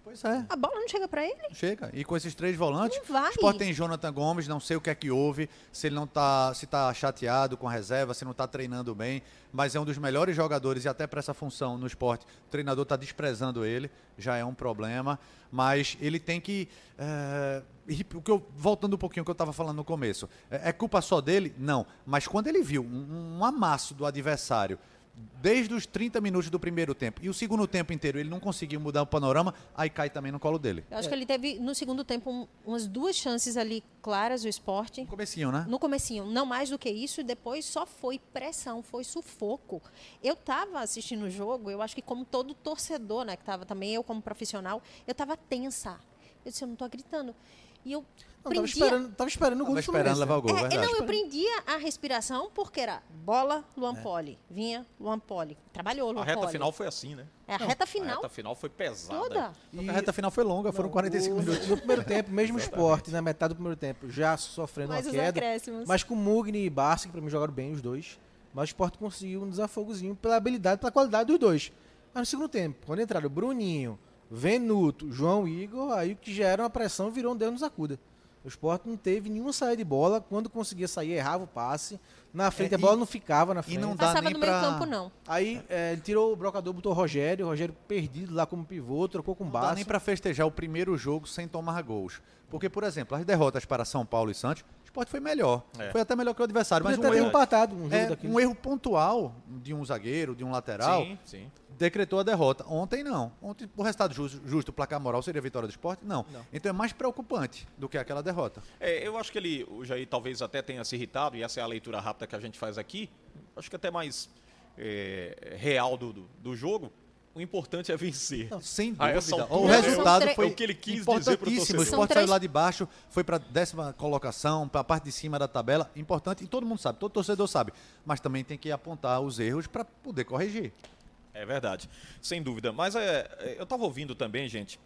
B: Pois é.
D: A bola não chega para ele?
B: Chega. E com esses três volantes,
D: Não vai.
B: o Sport tem Jonathan Gomes, não sei o que é que houve, se ele não tá, se tá chateado com a reserva, se não tá treinando bem, mas é um dos melhores jogadores e até para essa função no Sport, o treinador tá desprezando ele, já é um problema, mas ele tem que... É, o que eu, voltando um pouquinho ao que eu estava falando no começo, é, é culpa só dele? Não. Mas quando ele viu um, um amasso do adversário, desde os trinta minutos do primeiro tempo e o segundo tempo inteiro ele não conseguiu mudar o panorama, aí cai também no colo dele.
D: Eu acho é. que ele teve, no segundo tempo, um, umas duas chances ali claras, o Sport.
B: No comecinho, né?
D: No comecinho, não mais do que isso, e depois só foi pressão, foi sufoco. Eu estava assistindo o jogo, eu acho que como todo torcedor, né, que estava também, eu como profissional, eu estava tensa. Eu disse, eu não estou gritando. E eu
C: não,
D: prendia...
C: tava esperando, tava esperando o gol.
B: Tava esperando levar o gol,
D: é,
B: verdade.
D: Não, eu prendia a respiração porque era bola, Luan é. Poli. Vinha, Luan Poli. Trabalhou, Luan
A: A reta
D: Poli.
A: final foi assim, né?
D: É, a reta final.
A: A reta final foi pesada.
D: Toda.
B: E... A reta final foi longa, foram não, quarenta e cinco
C: o,
B: minutos.
C: No primeiro tempo, mesmo o Sport, na metade do primeiro tempo, já sofrendo
D: mas
C: uma
D: os
C: queda.
D: Acréscimos.
C: Mas com Mugni e Barça, que pra mim jogaram bem os dois. Mas o Sport conseguiu um desafogozinho pela habilidade, pela qualidade dos dois. Mas no segundo tempo, quando entraram Bruninho, Venuto, João Igor, aí o que já era uma pressão virou um Deus nos acuda. O Sport não teve nenhuma saída de bola. Quando conseguia sair, errava o passe. Na frente, é, a bola
B: e,
C: não ficava na frente.
B: E não dá
D: Passava
B: nem
D: no
B: pra...
D: meio campo, não.
C: Aí é, ele tirou o brocador, botou o Rogério. O Rogério perdido lá como pivô, trocou com o Barça.
B: Não dá nem pra festejar o primeiro jogo sem tomar gols. Porque, por exemplo, as derrotas para São Paulo e Santos, o Sport foi melhor. É. Foi até melhor que o adversário. Mas um
C: até
B: erro,
C: empatado um jogo
B: é,
C: daquele.
B: um erro pontual de um zagueiro, de um lateral...
A: Sim, sim.
B: Decretou a derrota. Ontem não. Ontem o resultado justo, justo o placar moral seria a vitória do Sport? Não. não. Então é mais preocupante do que aquela derrota.
A: É, eu acho que ele, o Jair talvez até tenha se irritado, e essa é a leitura rápida que a gente faz aqui, acho que até mais é, real do, do, do jogo. O importante é vencer.
B: Não, sem
A: ah,
B: dúvida. O resultado foi
A: é o que ele quis
B: importantíssimo.
A: Dizer
B: o Sport saiu lá de baixo, foi para a décima colocação, para a parte de cima da tabela. Importante, e todo mundo sabe, todo torcedor sabe. Mas também tem que apontar os erros para poder corrigir.
A: É verdade, sem dúvida. Mas é, eu estava ouvindo também, gente,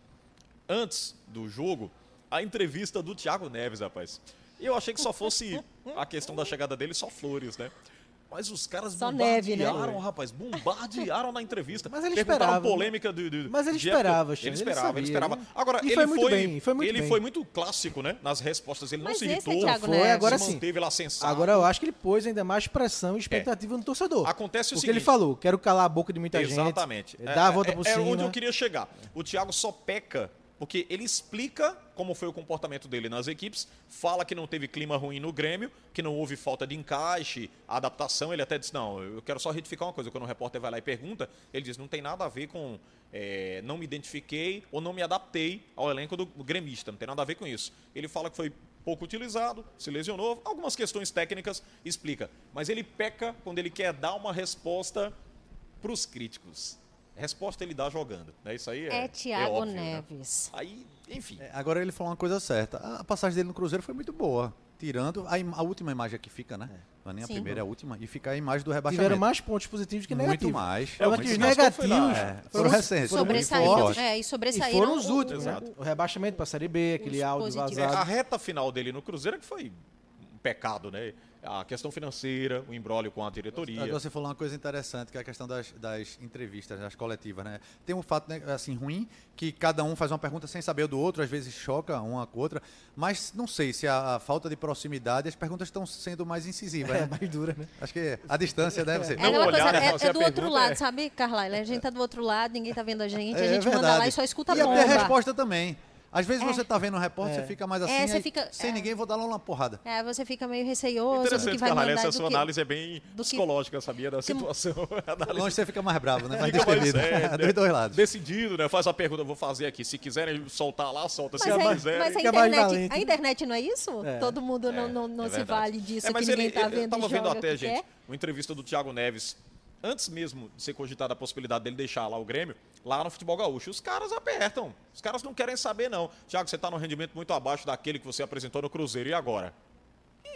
A: antes do jogo, a entrevista do Thiago Neves, rapaz. E eu achei que só fosse a questão da chegada dele, só flores, né? Mas os caras
D: só
A: bombardearam,
D: neve, né?
A: rapaz, bombardearam na entrevista.
C: Mas ele
A: Perguntaram
C: esperava.
A: polêmica do, do
C: Mas ele
A: de
C: esperava,
A: época.
C: Ele
A: esperava,
C: sabia,
A: ele esperava.
C: né?
A: Agora,
C: E
A: ele
C: foi muito
A: foi,
C: bem, foi muito
A: ele
C: bem.
A: foi muito clássico, né? Nas respostas, ele não
D: Mas
A: se
D: esse é
A: irritou,
D: Thiago
C: Foi,
D: Neves.
C: agora
A: se
C: sim.
A: manteve lá sensato.
C: Agora eu acho que ele pôs ainda mais pressão e expectativa é. no torcedor.
A: Acontece o
C: Porque
A: seguinte...
C: ele falou, quero calar a boca de muita
A: Exatamente.
C: gente. Dar a volta por
A: é,
C: cima.
A: É onde eu queria chegar. O Thiago só peca porque ele explica como foi o comportamento dele nas equipes, fala que não teve clima ruim no Grêmio, que não houve falta de encaixe, adaptação. Ele até disse, não, eu quero só retificar uma coisa. Quando o repórter vai lá e pergunta, ele diz, não tem nada a ver com é, não me identifiquei ou não me adaptei ao elenco do gremista, não tem nada a ver com isso. Ele fala que foi pouco utilizado, se lesionou, algumas questões técnicas, explica. Mas ele peca quando ele quer dar uma resposta para os críticos. Resposta ele dá jogando, né? Isso aí é,
D: é Thiago
A: é óbvio,
D: Neves.
A: Né? Aí, enfim.
B: É, agora ele falou uma coisa certa. A passagem dele no Cruzeiro foi muito boa. Tirando a, im a última imagem que fica, né? É. Não é nem a
D: Sim.
B: primeira, é a última. E fica a imagem do rebaixamento.
C: Tiveram mais pontos positivos que negativos.
B: Muito mais.
C: É,
B: muito
C: que os
B: mais.
C: negativos
B: É, foram recentes.
D: Sobressaíram,
B: foram
D: é, e
C: E
D: sobressaíram.
C: foram os
D: o-
C: últimos,
D: o-
C: né? O rebaixamento para a Série B, aquele
D: Os
C: áudio
D: positivos.
A: É, a
C: vazado.
A: reta final dele no Cruzeiro é que foi um pecado, né? A questão financeira, o imbróglio com a diretoria.
B: Agora você falou uma coisa interessante, que é a questão das, das entrevistas, das coletivas, né? Tem um fato, né, assim, ruim, que cada um faz uma pergunta sem saber do outro, às vezes choca uma com a outra, mas não sei se a, a falta de proximidade, as perguntas estão sendo mais incisivas,
C: É,
B: né?
C: mais dura, né?
B: Acho que a distância deve ser.
D: É,
A: Não
D: aquela
A: olhar,
D: coisa,
A: né,
D: é-
A: fazer
D: é
A: a
D: do outro
A: pergunta,
D: lado,
A: é.
D: sabe, Carlyle? A gente tá do outro lado, ninguém tá vendo a gente, a
B: É
D: gente manda
B: verdade.
D: lá e só escuta
B: E
D: bomba.
B: até a resposta também. Às vezes
D: É.
B: você tá vendo um repórter,
C: É.
B: você fica mais assim,
D: É, você
B: aí,
D: fica-
B: sem
D: é.
B: ninguém, vou dar lá uma porrada.
D: É, você fica meio receioso do que
A: Interessante,
D: vai
A: Carlalho,
D: mandar.
A: essa
D: do
A: sua
D: que-
A: análise é bem
D: do que-
A: psicológica, sabia, da
D: que-
A: situação. Análise
B: Longe você fica mais bravo, né? Mais
A: fica mais,
B: destemido.
A: é, né?
B: Dos dois lados.
A: Decidido, né? Faz a pergunta, eu vou fazer aqui. Se quiserem soltar lá, solta. Se
D: Mas,
A: não
D: é-
A: quiserem...
D: mas a,
C: Fica mais
D: internet,
C: valente.
D: a internet não é isso?
C: É.
D: Todo mundo não, não, não
A: É
D: se
A: verdade.
D: vale disso,
A: É, mas
D: que ninguém
A: ele,
D: tá
A: eu
D: vendo
A: tava
D: e
A: vendo
D: joga o
A: até,
D: que
A: gente,
D: quer.
A: uma entrevista do Thiago Neves, antes mesmo de ser cogitada a possibilidade dele deixar lá o Grêmio, lá no futebol gaúcho. Os caras apertam. Os caras não querem saber, não. Thiago, você tá num rendimento muito abaixo daquele que você apresentou no Cruzeiro. E agora?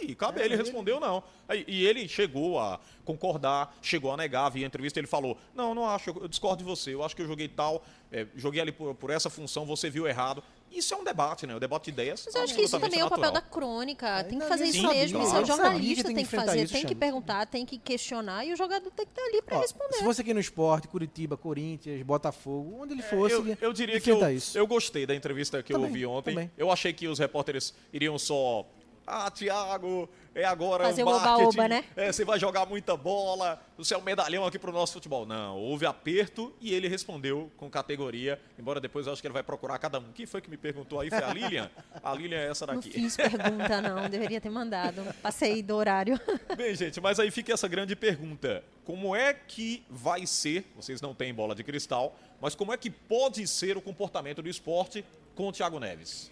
A: aí, cabe
C: É,
A: ele
C: ele-
A: respondeu não. Aí, e ele chegou a concordar, chegou a negar, via entrevista, ele falou, não, não acho, eu discordo de você, eu acho que eu joguei tal, é, joguei ali por, por essa função, você viu errado. Isso é um debate, né? O debate de ideias.
D: Mas eu acho que isso também é o papel da crônica. Tem que fazer isso mesmo. Isso é o jornalista tem que fazer, tem que perguntar, tem que questionar e o jogador tem que estar ali para responder.
C: Se você aqui no esporte, Curitiba, Corinthians, Botafogo, onde ele fosse,
A: eu, eu diria que eu,
C: isso.
A: eu gostei da entrevista que
C: Também,
A: eu ouvi ontem.
C: também.
A: Eu achei que os repórteres iriam só... Ah, Thiago, é agora
D: fazer
A: o
D: o
A: marketing.
D: oba-oba, né?
A: É, você vai jogar muita bola, você é um medalhão aqui pro nosso futebol. Não, houve aperto e ele respondeu com categoria, embora depois eu acho que ele vai procurar cada um. Quem foi que me perguntou aí? Foi a Lilian? A Lilian é essa
D: Não
A: daqui.
D: fiz pergunta, não. Deveria ter mandado. Passei do horário.
A: Bem, gente, mas aí fica essa grande pergunta. Como é que vai ser, vocês não têm bola de cristal, mas como é que pode ser o comportamento do esporte com o Thiago Neves?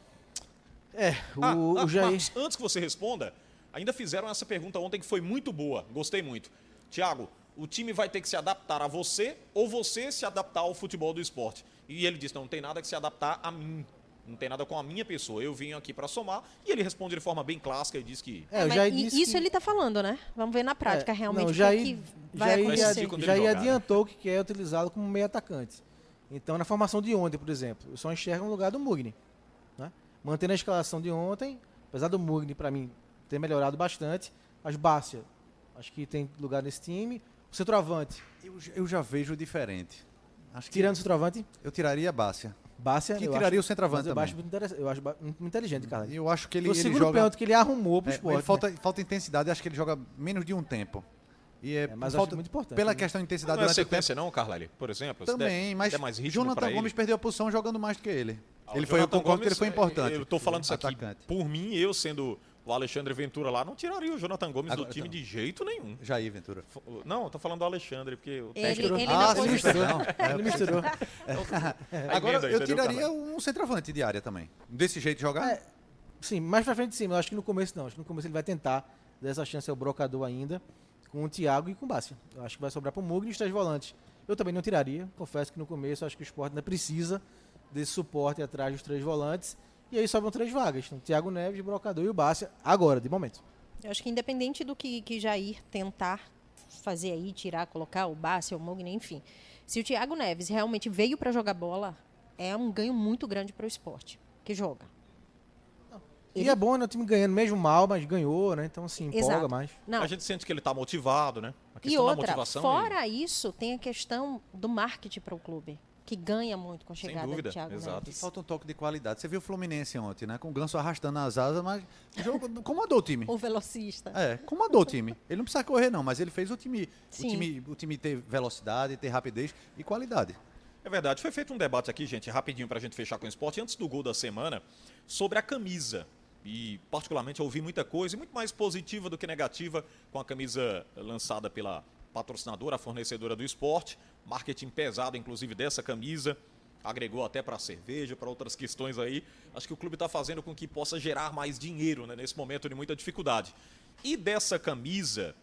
C: É, o,
A: Ah, ah,
C: o Jair...
A: Marcos, antes que você responda, ainda fizeram essa pergunta ontem que foi muito boa, gostei muito. Thiago, o time vai ter que se adaptar a você ou você se adaptar ao futebol do esporte? E ele disse, não, não tem nada que se adaptar a mim. Não tem nada com a minha pessoa. Eu vim aqui para somar. E ele responde de forma bem clássica e diz que...
C: É, o
D: Mas
C: Jair
D: i-
C: disse
D: isso
C: que...
D: ele está falando, né? Vamos ver na prática
C: É,
D: realmente
C: não,
D: o que,
C: Jair,
D: é que vai
C: Jair,
A: Vai
C: adi-
A: decidir quando ele
C: Jair
A: jogar, né?
C: adiantou que quer utilizá-lo como meio atacante. Então, na formação de ontem, por exemplo, eu só enxergo no lugar do Mugni. Né? Mantendo a escalação de ontem, apesar do Mugni, para mim, ter melhorado bastante, mas Bárcia, acho que tem lugar nesse time. O centroavante,
B: Eu, já- eu já vejo diferente. Acho que
C: tirando o centroavante,
B: eu tiraria a Bárcia.
C: Bárcia...
B: Que
C: eu
B: tiraria
C: acho-
B: o centroavante
C: mas eu
B: também.
C: acho muito interessa- Eu acho ba- muito inteligente, cara.
B: Eu acho que ele,
C: Foi o
B: ele
C: segundo
B: joga...
C: pênalti que ele arrumou pro
B: É,
C: esporte.
B: ele falta,
C: né?
B: falta intensidade, acho que ele joga menos de um tempo. E é,
C: É, mas
B: falta,
C: acho muito importante,
B: pela
C: né?
B: questão de
A: Não
B: intensidade
A: é
B: durante o tempo,
A: sequência não, Carlyle? Por exemplo? se
B: também,
A: der-
B: mas
A: der mais ritmo
B: Jonathan
A: pra
B: Gomes
A: ele.
B: perdeu a posição jogando mais do que ele.
A: Ah,
B: ele
A: o
B: foi, eu
A: Jonathan
B: concordo que ele
A: Gomes,
B: foi importante.
A: Eu estou falando isso aqui.
B: Atacante.
A: Por mim, eu sendo o Alexandre Ventura lá, não tiraria o Jonathan Gomes
B: Agora,
A: do time
B: então.
A: de jeito nenhum.
B: Jair Ventura.
A: F- Não, eu tô falando do Alexandre, porque o
D: Ele,
A: técnico...
D: ele
B: Ah,
D: não
B: sim,
D: pode...
B: misturou. Não,
C: Ele misturou.
A: A
B: Agora,
A: emenda,
B: eu
A: entendeu,
B: tiraria
A: Carlyle?
B: um centroavante de área também. Desse jeito de jogar?
C: É, sim, mais pra frente sim, mas acho que no começo não. Acho que no começo ele vai tentar dar essa chance ao brocador ainda, com o Thiago e com o Bárcia. Eu acho que vai sobrar pro Mugni e os três volantes. Eu também não tiraria, confesso que no começo eu acho que o Sport ainda precisa desse suporte atrás dos três volantes. E aí sobram três vagas, então, Thiago Neves, brocador e o Bárcia, agora, de momento.
D: Eu acho que independente do que, que Jair tentar fazer aí, tirar, colocar o Bárcia, o Mugni, enfim. Se o Thiago Neves realmente veio para jogar bola, é um ganho muito grande para o esporte, que joga.
C: E
D: Ele-
C: é bom, né? O time ganhando mesmo mal, mas ganhou, né? Então, assim, empolga
D: Exato.
C: mais.
D: Não,
A: A gente sente que ele tá motivado, né? A
D: e
A: questão da
D: outra,
A: motivação...
D: fora isso, tem a questão do marketing para o clube, que ganha muito com a
A: Sem
D: chegada
A: dúvida,
D: do Thiago
A: exato.
B: E
D: Neves.
B: falta um toque de qualidade. Você viu o Fluminense ontem, né? Com o Ganso arrastando as asas, mas jogo, comandou o time.
D: O velocista.
B: É, comandou o time. Ele não precisa correr, não, mas ele fez o time, o
D: Sim.
B: time, o time ter velocidade, ter rapidez e qualidade.
A: É verdade. Foi feito um debate aqui, gente, rapidinho pra gente fechar com o esporte, antes do gol da semana, sobre a camisa. E, particularmente, eu ouvi muita coisa, e muito mais positiva do que negativa, com a camisa lançada pela patrocinadora, a fornecedora do esporte. Marketing pesado, inclusive, dessa camisa. Agregou até para cerveja, para outras questões aí. Acho que o clube está fazendo com que possa gerar mais dinheiro, né, nesse momento de muita dificuldade. E dessa camisa,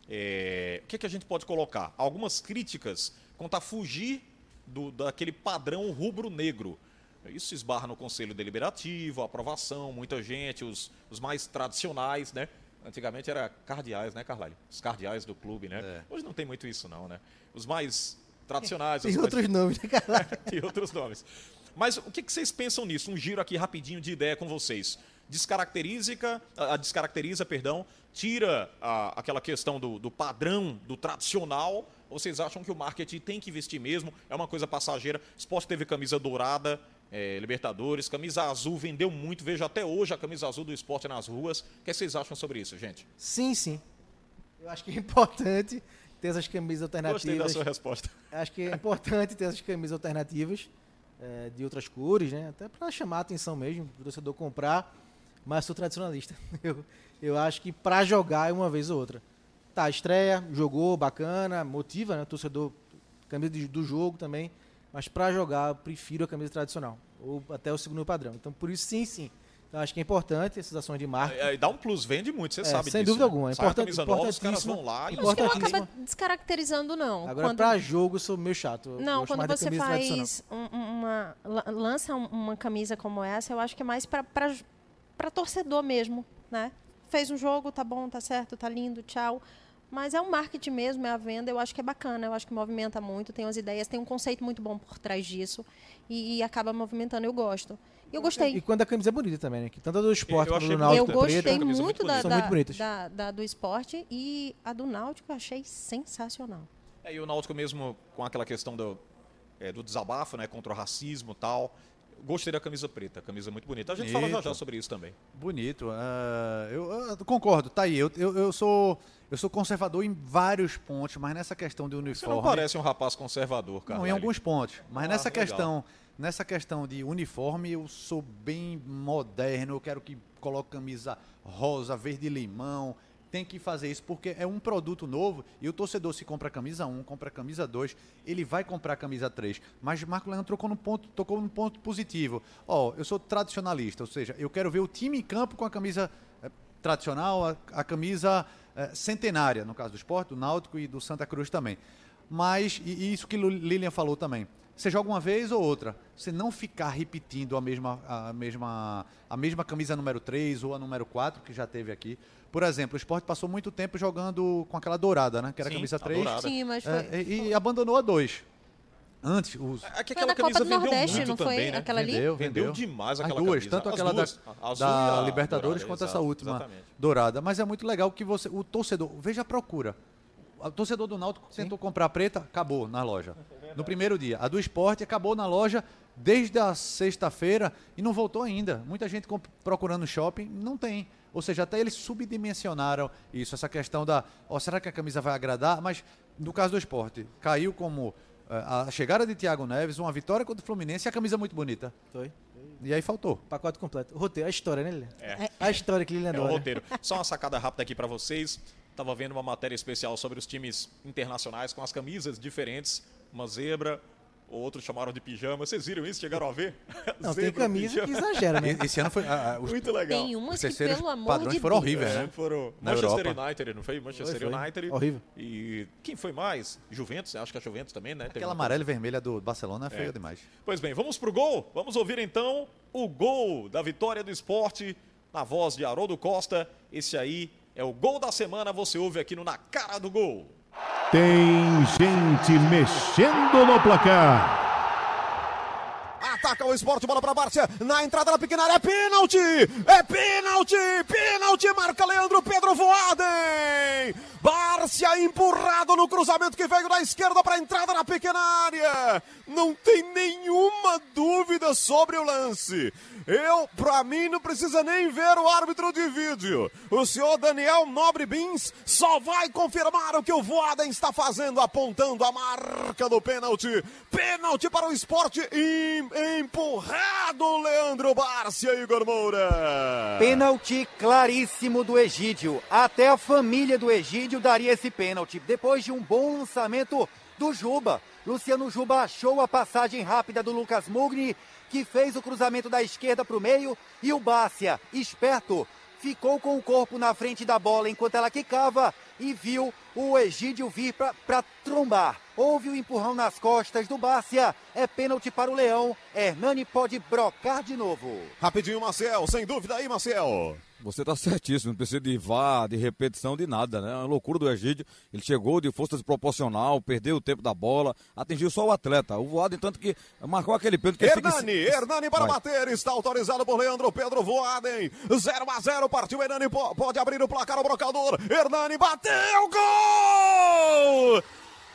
A: é, o que, que a gente pode colocar? Algumas críticas quanto a fugir do, daquele padrão rubro-negro. Isso esbarra no Conselho Deliberativo, a aprovação, muita gente, os, os mais tradicionais, né? Antigamente era cardeais, né, Carlyle? Os cardeais do clube, né?
B: É.
A: Hoje não tem muito isso, não, né? Os mais tradicionais.
C: Tem
A: os mais-
C: outros nomes, né, cara?
A: Tem outros nomes. Mas o que, que vocês pensam nisso? Um giro aqui rapidinho de ideia com vocês. Descaracteriza, a, a descaracteriza, perdão, tira a, aquela questão do, do padrão, do tradicional. Ou vocês acham que o marketing tem que investir mesmo? É uma coisa passageira. Esporte teve camisa dourada, é, Libertadores, camisa azul vendeu muito. Vejo até hoje a camisa azul do esporte nas ruas. O que vocês acham sobre isso, gente?
C: Sim, sim. Eu acho que é importante ter essas camisas
A: Gostei da
C: alternativas.
A: sua resposta.
C: Acho que é importante ter essas camisas alternativas eh, de outras cores, né? Até para chamar a atenção mesmo, para o torcedor comprar. Mas sou tradicionalista. Eu, eu acho que para jogar é uma vez ou outra. Tá, estreia, jogou, bacana, motiva, né? O torcedor, camisa de- do jogo também. Mas para jogar, eu prefiro a camisa tradicional. Ou até o segundo padrão. Então, por isso, sim, sim. Então, acho que é importante essas ações de marketing.
A: É, dá um plus, vende muito, você
C: É,
A: sabe
C: sem
A: disso.
C: dúvida
A: né?
C: alguma. É
A: Sai a
C: importante-
A: camisa nova, os caras
C: importantíssimo.
A: vão lá e...
D: Acho que não
C: Importantíssimo.
D: acaba descaracterizando, não.
C: Agora,
D: Quando-
C: para jogo, eu sou meio chato. Eu
D: Não,
C: gosto
D: quando
C: mais da
D: você
C: camisa tradicional.
D: faz um- um- uma la- lança um- uma camisa como essa, eu acho que é mais para torcedor mesmo, né? fez um jogo, tá bom, tá certo, tá lindo, tchau. Mas é um marketing mesmo, é a venda, eu acho que é bacana, eu acho que movimenta muito, tem umas ideias, tem um conceito muito bom por trás disso e, e acaba movimentando, eu gosto. E eu gostei.
C: E quando a camisa é bonita também, né? Que tanto a do esporte
A: Eu
C: quanto
A: achei
C: do Náutico
D: Eu gostei
C: preta,
A: camisa
D: muito
A: muito
D: da,
A: bonita.
C: São
D: da,
C: muito bonitas.
D: da, da do esporte e a do Náutico eu achei sensacional.
A: É, e o Náutico mesmo com aquela questão do, é, do desabafo, né, contra o racismo e tal. Gostei da camisa preta, a camisa é muito bonita. A gente fala já já sobre isso também.
B: Bonito. Uh, eu, eu concordo, tá aí. Eu, eu, eu, sou, eu sou conservador em vários pontos, mas nessa questão de
A: Você
B: uniforme...
A: não parece um rapaz conservador, cara.
B: Não, em alguns pontos. Mas
A: Ah,
B: nessa
A: legal.
B: questão, nessa questão de uniforme, eu sou bem moderno. Eu quero que coloque camisa rosa, verde limão. Tem que fazer isso porque é um produto novo e o torcedor se compra a camisa um, compra a camisa dois, ele vai comprar a camisa três. Mas Marco Leandro tocou num ponto, tocou num ponto positivo. Ó, oh, eu sou tradicionalista, ou seja, eu quero ver o time em campo com a camisa eh, tradicional, a, a camisa eh, centenária, no caso do Sport, do Náutico e do Santa Cruz também. Mas, e, e isso que Lilian falou também, você joga uma vez ou outra, você não ficar repetindo a mesma, a mesma, a mesma camisa número três ou a número quatro, que já teve aqui. Por exemplo, o Sport passou muito tempo jogando com aquela dourada, né? Que era
A: Sim,
B: a camisa
A: a
B: três.
A: dourada.
D: Sim, mas foi...
B: É, e, e abandonou a dois. Antes, os...
A: É que
D: Foi
A: aquela
D: na Copa
A: camisa
D: do
A: vendeu
D: Nordeste,
A: muito
D: não foi?
A: também, né?
D: Aquela ali?
B: vendeu,
A: Vendeu
B: vendeu.
A: demais
B: As
A: aquela
B: duas,
A: camisa.
B: tanto
A: As
B: aquela
A: duas,
B: da,
A: a azul e
B: da
A: a
B: Libertadores
A: dourada,
B: quanto essa
A: exato,
B: última
A: exatamente.
B: dourada. Mas é muito legal que você, o torcedor, veja a procura. O torcedor do Náutico tentou comprar a preta, acabou na loja. No primeiro dia. A do Sport acabou na loja desde a sexta-feira e não voltou ainda. Muita gente comp- procurando shopping, não tem. Ou seja, até eles subdimensionaram isso, essa questão da, ó, será que a camisa vai agradar? Mas no caso do Sport, caiu como uh, a chegada de Thiago Neves, uma vitória contra o Fluminense e a camisa muito bonita.
C: Foi.
B: E aí faltou.
C: Pacote completo. O roteiro, a história, né, Lilian?
A: É.
C: A história que Lilian
A: É o
C: adora.
A: roteiro. Só uma sacada rápida aqui para vocês. Estava vendo uma matéria especial sobre os times internacionais com as camisas diferentes. Uma zebra, outros chamaram de pijama. Vocês viram isso? Chegaram a ver?
C: Não, tem
A: Zebra,
C: camisa
A: pijama.
C: que exagera, né?
B: E- Esse ano foi. ah, ah, os,
A: Muito legal.
D: Tem umas
B: os
D: que,
B: terceiros
D: pelo amor
B: padrões
D: de
B: foram
D: Deus.
B: horríveis,
A: É,
B: né?
A: foram
B: Na
A: Manchester
B: Europa.
A: United, não foi? Manchester
C: Foi, foi.
A: United.
C: Horrível.
A: E quem foi mais? Juventus? Acho que a Juventus também, né? Teve
B: Aquela
A: uma
B: amarela e vermelha do Barcelona é feia
A: É.
B: demais.
A: Pois bem, vamos pro gol? Vamos ouvir então o gol da vitória do Sport na voz de Haroldo Costa. Esse aí é o gol da semana, você ouve aqui no Na Cara do Gol.
F: Tem gente mexendo no placar.
G: Ataca o Sport, bola pra Bárcia, na entrada da pequena área, é pênalti! É pênalti! Pênalti, marca Leandro Pedro Voaden! Bárcia empurrado no cruzamento que veio da esquerda para a entrada da pequena área! Não tem nenhuma dúvida sobre o lance. Eu, pra mim, não precisa nem ver o árbitro de vídeo. O senhor Daniel Nobre Bins só vai confirmar o que o Voaden está fazendo, apontando a marca do pênalti. Pênalti para o Sport e empurrado Leandro Bárcia, Igor Moura.
H: Pênalti claríssimo do Egídio. Até a família do Egídio daria esse pênalti. Depois de um bom lançamento do Juba. Luciano Juba achou a passagem rápida do Lucas Mugni, que fez o cruzamento da esquerda para o meio, e o Bárcia, esperto, ficou com o corpo na frente da bola enquanto ela quicava e viu o Egídio vir para trombar. Houve o um empurrão nas costas do Bárcia. É pênalti para o Leão. Hernani pode brocar de novo.
G: Rapidinho, Marcel, sem dúvida aí, Marcel.
I: Você está certíssimo, não precisa de V A R, de repetição, de nada, né? É uma loucura do Egídio. Ele chegou de força desproporcional, perdeu o tempo da bola, atingiu só o atleta. O Voaden, tanto que marcou aquele pênalti. que
G: Hernani,
I: fica...
G: Hernani para
I: Vai.
G: bater, está autorizado por Leandro Pedro Voaden. zero a zero, partiu Hernani, po- pode abrir o placar o brocador. Hernani bateu, gol!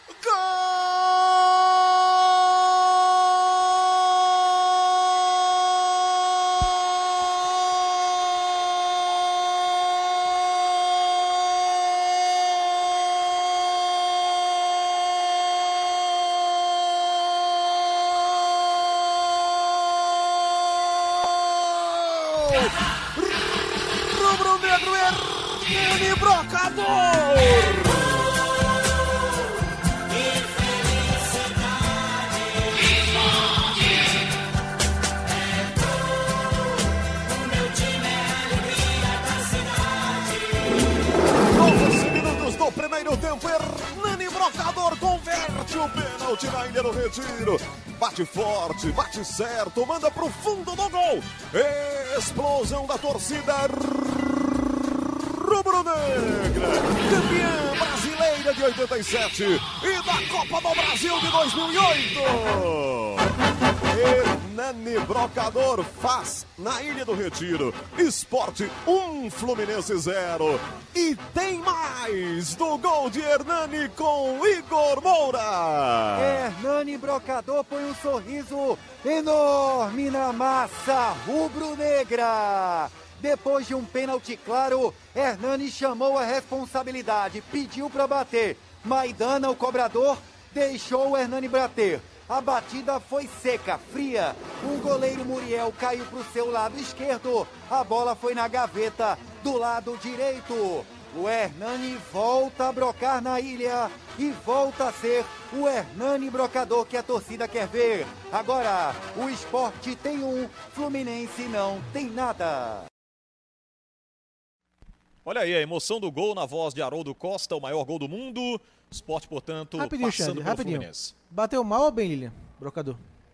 G: Rubro-negro, Hernani Brocador! doze minutos do primeiro tempo, Hernani Brocador converte o pênalti na Ilha do Retiro. Bate forte, bate certo, manda pro fundo do gol. Explosão da torcida rubro-negra, campeã brasileira de oitenta e sete e da Copa do Brasil de dois mil e oito. Hernani Brocador faz na Ilha do Retiro. Sport um, Fluminense zero. E tem mais do gol de Hernani com Igor Moura.
H: Hernani Brocador põe um sorriso enorme na massa rubro-negra. Depois de um pênalti claro, Hernani chamou a responsabilidade, pediu para bater. Maidana, o cobrador, deixou o Hernani bater. A batida foi seca, fria. O goleiro Muriel caiu para o seu lado esquerdo. A bola foi na gaveta do lado direito. O Hernani volta a brocar na ilha e volta a ser o Hernani Brocador que a torcida quer ver. Agora, o Sport tem um, Fluminense não tem nada.
A: Olha aí a emoção do gol na voz de Haroldo Costa, o maior gol do mundo. Sport, portanto,
C: Rapidinho,
A: passando
C: Xande,
A: pelo
C: rapidinho.
A: Fluminense.
C: Bateu mal ou bem, Lilian? Brocador.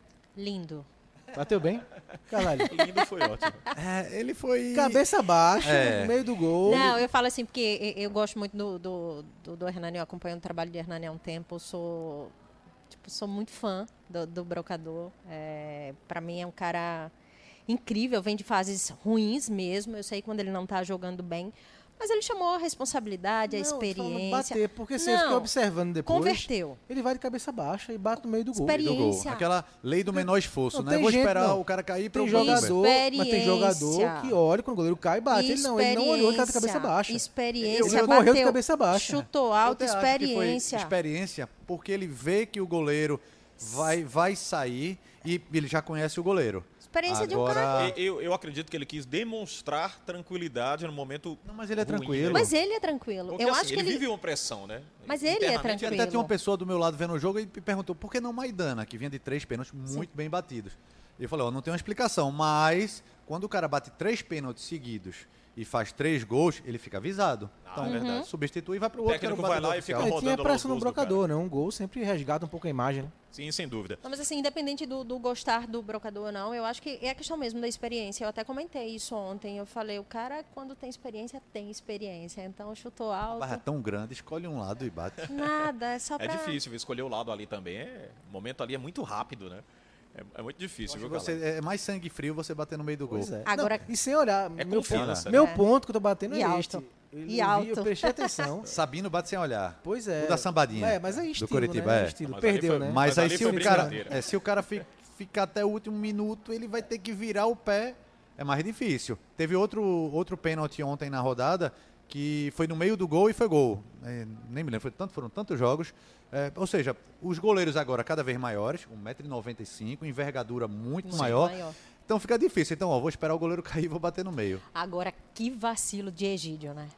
D: Lindo.
C: Bateu bem? Caralho.
A: Lindo, foi ótimo.
B: É, ele foi...
C: Cabeça baixa,
B: É.
C: no meio do gol.
D: Não, eu falo assim, porque eu, eu gosto muito do, do, do, do Hernani, eu acompanho o trabalho de Hernani há um tempo, eu sou, tipo, sou muito fã do, do Brocador. É, para mim é um cara incrível, vem de fases ruins mesmo, eu sei quando ele não tá jogando bem, mas ele chamou a responsabilidade, a
C: Não, tô falando
D: experiência.
C: bater, porque se
D: Não,
C: eu ficar observando depois,
D: converteu.
C: ele vai de cabeça baixa e bate no meio do gol.
D: Experi-
B: do gol.
D: Experiência.
B: Aquela lei do menor esforço,
C: Não,
B: né?
C: tem
B: Vou
C: gente-
B: esperar
C: não.
B: o cara cair para
C: Tem
B: o gol também.
C: jogador, mas tem jogador
D: Experiência.
C: que olha quando o goleiro cai e bate. Ele não, ele não olhou, ele tá de cabeça baixa.
D: Experiência,
C: Ele correu de
D: bateu,
C: cabeça baixa.
D: chutou
B: Eu
D: alto,
B: até acho que foi
D: experiência.
B: experiência, porque ele vê que o goleiro vai, vai sair e ele já conhece o goleiro.
D: Experiência de um cara.
B: Agora...
A: E- Eu, eu acredito que ele quis demonstrar tranquilidade no momento.
B: Não, mas ele é
A: ruim,
B: tranquilo.
A: né?
D: Mas ele é tranquilo.
A: Porque,
D: eu
A: assim,
D: acho que
A: ele,
D: ele.
A: vive uma pressão, né?
D: Mas ele é
A: Internamente,
D: tranquilo.
B: Até tinha uma pessoa do meu lado vendo o jogo e me perguntou por que não Maidana, que vinha de três pênaltis muito bem batidos. E eu falei, ó, não tem uma explicação, mas quando o cara bate três pênaltis seguidos e faz três gols, ele fica avisado.
A: Ah,
B: Então,
A: é verdade.
B: substitui e vai pro
A: O
B: outro. que era
A: técnico vai lá
B: batedor
A: e fica
B: oficial.
C: Ele tinha
A: rodando
C: pressão
A: os
C: no
A: gols do
C: brocador, né? Um gol sempre resgata um pouco a imagem, né?
A: Sim, sem dúvida.
D: Não, mas assim, independente do, do gostar do Brocador ou não, eu acho que é a questão mesmo da experiência. Eu até comentei isso ontem. Eu falei, o cara, quando tem experiência, tem experiência. Então, chutou alto.
B: Barra tão grande, escolhe um lado e bate.
D: Nada, é só pra...
A: É difícil viu? Escolher o lado ali também. É... O momento ali é muito rápido, né? É, é muito difícil, viu,
B: Você,
A: galera?
B: é mais sangue frio você bater no meio do gol.
C: Pois é.
D: Agora-
C: Não, e sem olhar,
A: É
C: meu,
A: confiança,
C: ponto,
A: né?
C: meu
D: É.
C: ponto que eu tô batendo
D: E
C: é
D: alto.
C: este. Eu
D: E
C: vi,
D: alto.
C: Eu prestei atenção.
B: Sabino bate sem olhar.
C: Pois é.
B: O da sambadinha.
C: É, mas é estilo,
B: do Coritiba,
C: né?
B: é.
C: É estilo.
A: Mas ali
C: Perdeu,
A: foi-
C: né?
B: Mas,
A: Mas
B: aí
A: ali
B: se
A: foi
B: o, cara,
A: brincadeira.
B: é, se o cara fi- ficar até o último minuto, ele vai ter que virar o pé. É mais difícil. Teve outro, outro pênalti ontem na rodada que foi no meio do gol e foi gol. É, nem me lembro, foi tanto, foram tantos jogos. É, ou seja, os goleiros agora cada vez maiores, um metro e noventa e cinco, envergadura muito
D: Muito
B: maior.
D: maior.
B: Então fica difícil. Então, ó, vou esperar o goleiro cair e vou bater no meio.
D: Agora, que vacilo de Egídio, né?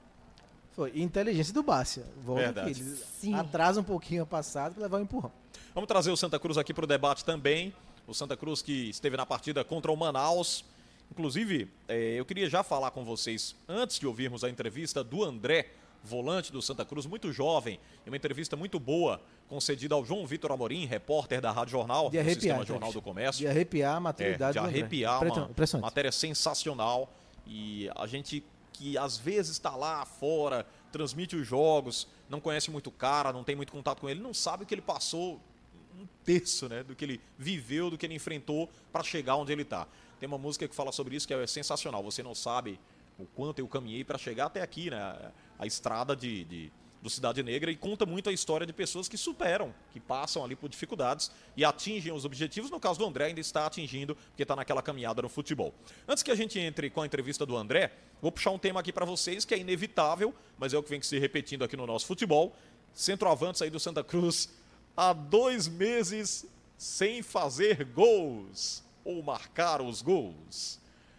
C: Foi. E inteligência do Bárcia. Volta
A: Verdade.
C: aqui. Ele
D: Sim.
C: atrasa um pouquinho a passada para levar um empurrão.
A: Vamos trazer o Santa Cruz aqui para o debate também. O Santa Cruz que esteve na partida contra o Manaus. Inclusive, eh, eu queria já falar com vocês, antes de ouvirmos a entrevista do André, volante do Santa Cruz, muito jovem, e uma entrevista muito boa, concedida ao João Vitor Amorim, repórter da Rádio Jornal,
C: De
A: do
C: arrepiar,
A: Sistema
C: gente.
A: Jornal do Comércio.
C: De arrepiar a
A: É,
C: maturidade
A: de
C: do André.
A: arrepiar,
C: Impression-
A: uma
C: impressionante.
A: matéria sensacional. E a gente que às vezes está lá fora, transmite os jogos, não conhece muito o cara, não tem muito contato com ele, não sabe o que ele passou, um terço, né, do que ele viveu, do que ele enfrentou para chegar onde ele está. Tem uma música que fala sobre isso que é sensacional. Você não sabe o quanto eu caminhei para chegar até aqui, né, a estrada de, de do Cidade Negra, e conta muito a história de pessoas que superam, que passam ali por dificuldades e atingem os objetivos. No caso do André, ainda está atingindo, porque está naquela caminhada no futebol. Antes que a gente entre com a entrevista do André, vou puxar um tema aqui para vocês que é inevitável, mas é o que vem se repetindo aqui no nosso futebol. Centroavantes aí do Santa Cruz, há dois meses sem fazer gols, ou marcar os gols.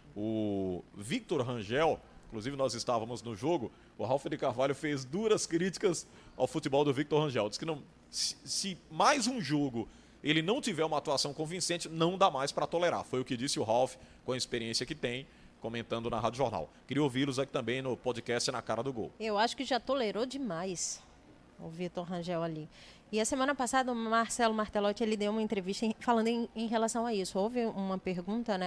A: O Victor Rangel, inclusive nós estávamos no jogo, o Ralf de Carvalho fez duras críticas ao futebol do Victor Rangel. Diz que não, se, se mais um jogo ele não tiver uma atuação convincente, não dá mais para tolerar. Foi o que disse o Ralf, com a experiência que tem, comentando na Rádio Jornal. Queria ouvi-los aqui também no podcast Na Cara do Gol.
D: Eu acho que já tolerou demais o Vitor Rangel ali. E a semana passada o Marcelo Martelotti ele deu uma entrevista em, falando em, em relação a isso. Houve uma pergunta, né,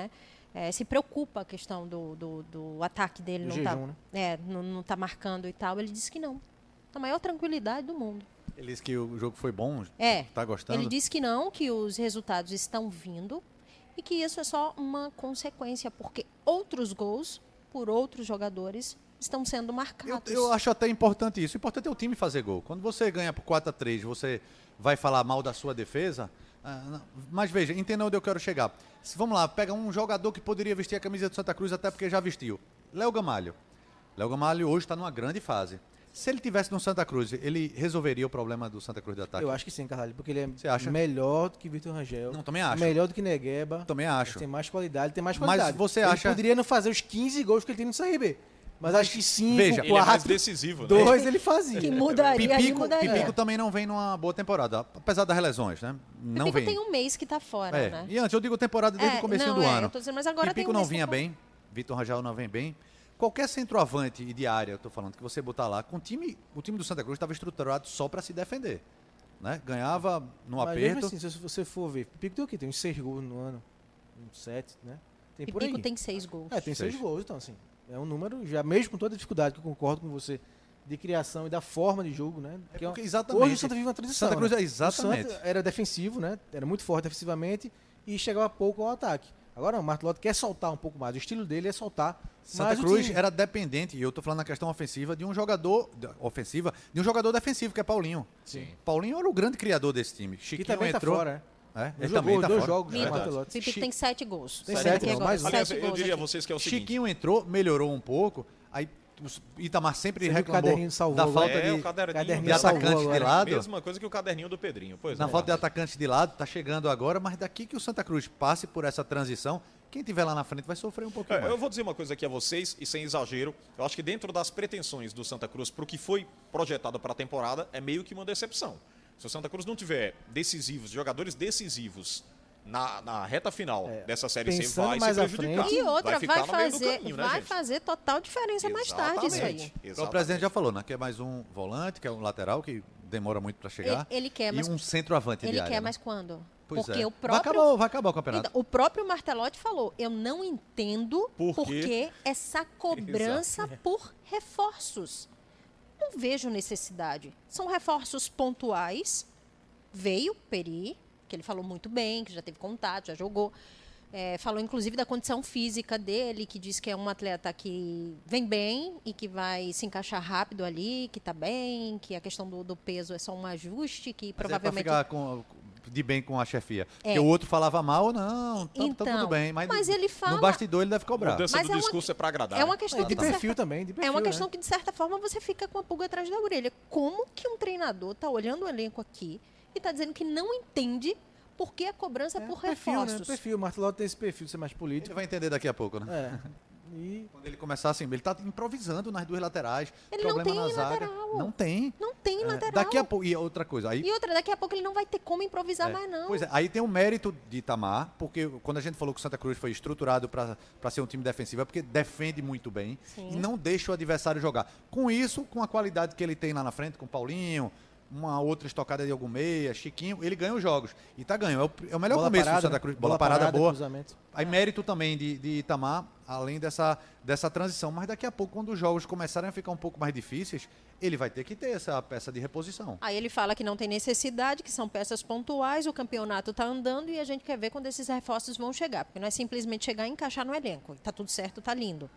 D: é, se preocupa a questão do, do, do ataque dele.
C: Do
D: não
C: jejum,
D: tá,
C: né?
D: é, não, não tá marcando e tal. Ele disse que não. A maior tranquilidade do mundo.
B: Ele disse que o jogo foi bom,
D: É,
B: tá gostando?
D: ele disse que não, que os resultados estão vindo e que isso é só uma consequência, porque outros gols por outros jogadores estão sendo
B: Eu,
D: marcados.
B: eu acho até importante isso. O importante é o time fazer gol. Quando você ganha por quatro a três, você vai falar mal da sua defesa. Ah, não. Mas veja, entenda onde eu quero chegar. Se, vamos lá, pega um jogador que poderia vestir a camisa do Santa Cruz, até porque já vestiu. Léo Gamalho. Léo Gamalho hoje está numa grande fase. Se ele tivesse no Santa Cruz, ele resolveria o problema do Santa Cruz de ataque?
C: Eu acho que sim, Carvalho, porque ele
B: Você
C: é
B: acha?
C: melhor do que Vitor Rangel.
B: Não, também acho.
C: Melhor do que Negueba.
B: Também acho.
C: Tem mais qualidade, tem mais
B: Mas
C: qualidade.
B: você
C: ele
B: acha-
C: poderia não fazer os quinze gols que ele tem no C R B. Mas acho que cinco,
B: veja,
A: Ele é mais
C: quatro,
A: decisivo, né?
C: dois ele fazia.
D: Que mudaria, aí
B: Pipico,
D: mudaria.
B: Pipico também não vem numa boa temporada, apesar das lesões, né? Não
D: Pipico
B: vem.
D: tem um mês que está fora,
B: É,
D: né?
B: e antes, eu digo temporada desde
D: É,
B: o comecinho
D: não,
B: do
D: é,
B: ano.
D: eu tô dizendo, mas agora
B: Pipico
D: tem um
B: não
D: mês
B: vinha
D: que
B: bem, Vitor Rangel não vem bem. Qualquer centroavante e de área, eu tô falando, que você botar lá, com o time, o time do Santa Cruz estava estruturado só para se defender. Né? Ganhava no
C: Mas mesmo
B: aperto.
C: assim, se você for ver, Pipico tem o quê? Tem uns seis gols no ano, uns sete, né? Tem por aí.
D: Pipico tem seis gols.
C: É, tem seis.
B: Seis.
C: gols, então assim, é um número, já mesmo com toda a dificuldade, que eu concordo com você, de criação e da forma de jogo, né?
B: É
C: Que é
B: porque
C: uma-
B: exatamente.
C: Hoje o Santa vive uma transição.
B: Santa Cruz
C: né?
B: é exatamente.
C: O Santa era defensivo, né? Era muito forte defensivamente e chegava pouco ao ataque. Agora não, o Martelotto quer soltar um pouco mais. O estilo dele é soltar.
B: Santa
C: mais o
B: Cruz
C: time.
B: era dependente, e eu tô falando na questão ofensiva, de um jogador de- ofensiva, de um jogador defensivo, que é Paulinho.
C: Sim.
B: Paulinho era o grande criador desse time.
C: Que
B: Chiquinho
C: também tá
B: entrou.
C: fora, né?
B: É,
C: Ele
B: ele
C: jogou
B: também tá
C: dois
B: fora.
C: jogos, né,
B: É.
C: Martelotto?
D: Pipico
B: Chi-
D: tem sete gols.
C: Tem
D: Tô
C: sete,
D: vendo aqui
C: não,
D: agora,
C: mais um.
A: Aliás,
D: sete
A: eu
D: gols
A: diria a
D: aqui.
A: vocês que é o seguinte.
B: Chiquinho entrou, melhorou um pouco, aí o Itamar sempre
C: Você viu que o
B: reclamou
C: caderninho salvou
B: da
C: agora?
B: falta
A: É,
B: de,
A: o caderninho,
C: caderninho
B: de
C: salvou
B: atacante de
C: agora.
B: lado.
A: Mesma coisa que o caderninho do Pedrinho. Pois
B: Na
A: é.
B: falta de atacante de lado, tá chegando agora, mas daqui que o Santa Cruz passe por essa transição, quem tiver lá na frente vai sofrer um pouquinho
A: É,
B: mais.
A: eu vou dizer uma coisa aqui a vocês, e sem exagero, eu acho que dentro das pretensões do Santa Cruz para o que foi projetado para a temporada, é meio que uma decepção. Se o Santa Cruz não tiver decisivos, jogadores decisivos na, na reta final dessa Série C,
C: pensando
A: vai se
C: mais à
A: prejudicar.
C: frente-
D: E outra, vai,
A: ficar no meio do
D: fazer,
A: caminho, né,
D: vai
A: gente?
D: fazer total diferença mais tarde isso aí.
A: Exatamente,
B: O
A: exatamente.
B: presidente já falou, né? Que é mais um volante, que é um lateral, que demora muito para chegar.
D: Ele, ele quer, mas,
B: e um centroavante de
D: ele
B: área.
D: quer,
B: né?
D: mas quando?
B: Pois
D: Porque
B: é.
D: o
B: vai,
D: próprio...
B: acabar, vai acabar o campeonato.
D: Então, o próprio Martelotti falou, eu não entendo
A: Por
D: por,
A: quê?
D: que essa cobrança por reforços. Não vejo necessidade. São reforços pontuais. Veio Peri, que ele falou muito bem, que já teve contato, já jogou. É, falou inclusive da condição física dele, que diz que é um atleta que vem bem e que vai se encaixar rápido ali, que está bem, que a questão do, do peso é só um ajuste, que
B: Mas
D: provavelmente...
B: É pra ficar com- de bem com a chefia.
D: É.
B: Porque o outro falava mal, não, tá, tá
D: Então,
B: tudo bem. Mas,
D: mas ele fala-
B: no bastidor ele deve
A: A
B: cobrar.
A: mudança
D: Mas
A: do
D: é uma-
A: discurso é para agradar.
D: É uma
A: né?
D: questão
C: É, de
D: que, de
C: perfil
D: certa-
C: também, de
D: É
C: perfil,
D: uma
C: né?
D: questão que, de certa forma, você fica com a pulga atrás da orelha. Como que um treinador está olhando o elenco aqui e está dizendo que não entende por que a cobrança
C: É,
D: por
C: perfil, né?
D: reforços?
C: Perfil. O Martelotto tem esse perfil de ser mais
B: Ele
C: político.
B: vai entender daqui a pouco, né?
C: É. E
B: Quando ele começar assim, ele tá improvisando nas duas laterais.
D: Ele não
B: problema
D: tem
B: na zaga.
D: lateral.
B: Não tem.
D: Não tem
B: É,
D: lateral.
B: daqui a pouco. E outra coisa, aí
D: E outra, daqui a pouco ele não vai ter como improvisar
B: É,
D: mais, não.
B: Pois é, aí tem o mérito de Itamar, porque quando a gente falou que o Santa Cruz foi estruturado para ser um time defensivo, é porque defende muito bem
D: Sim.
B: e não deixa o adversário jogar. Com isso, com a qualidade que ele tem lá na frente, com o Paulinho, uma outra estocada de algum meia, Chiquinho, ele ganha os jogos. E tá ganho. É o, é o melhor
C: bola
B: começo
C: parada,
B: do Santa
C: né?
B: Cruz. Bola, parada, boa.
C: cruzamento.
B: Aí mérito também de, de Itamar, além dessa, dessa transição. Mas daqui a pouco, quando os jogos começarem a ficar um pouco mais difíceis, ele vai ter que ter essa peça de reposição.
D: Aí ele fala que não tem necessidade, que são peças pontuais, o campeonato está andando e a gente quer ver quando esses reforços vão chegar. Porque não é simplesmente chegar e encaixar no elenco. Tá tudo certo, tá lindo.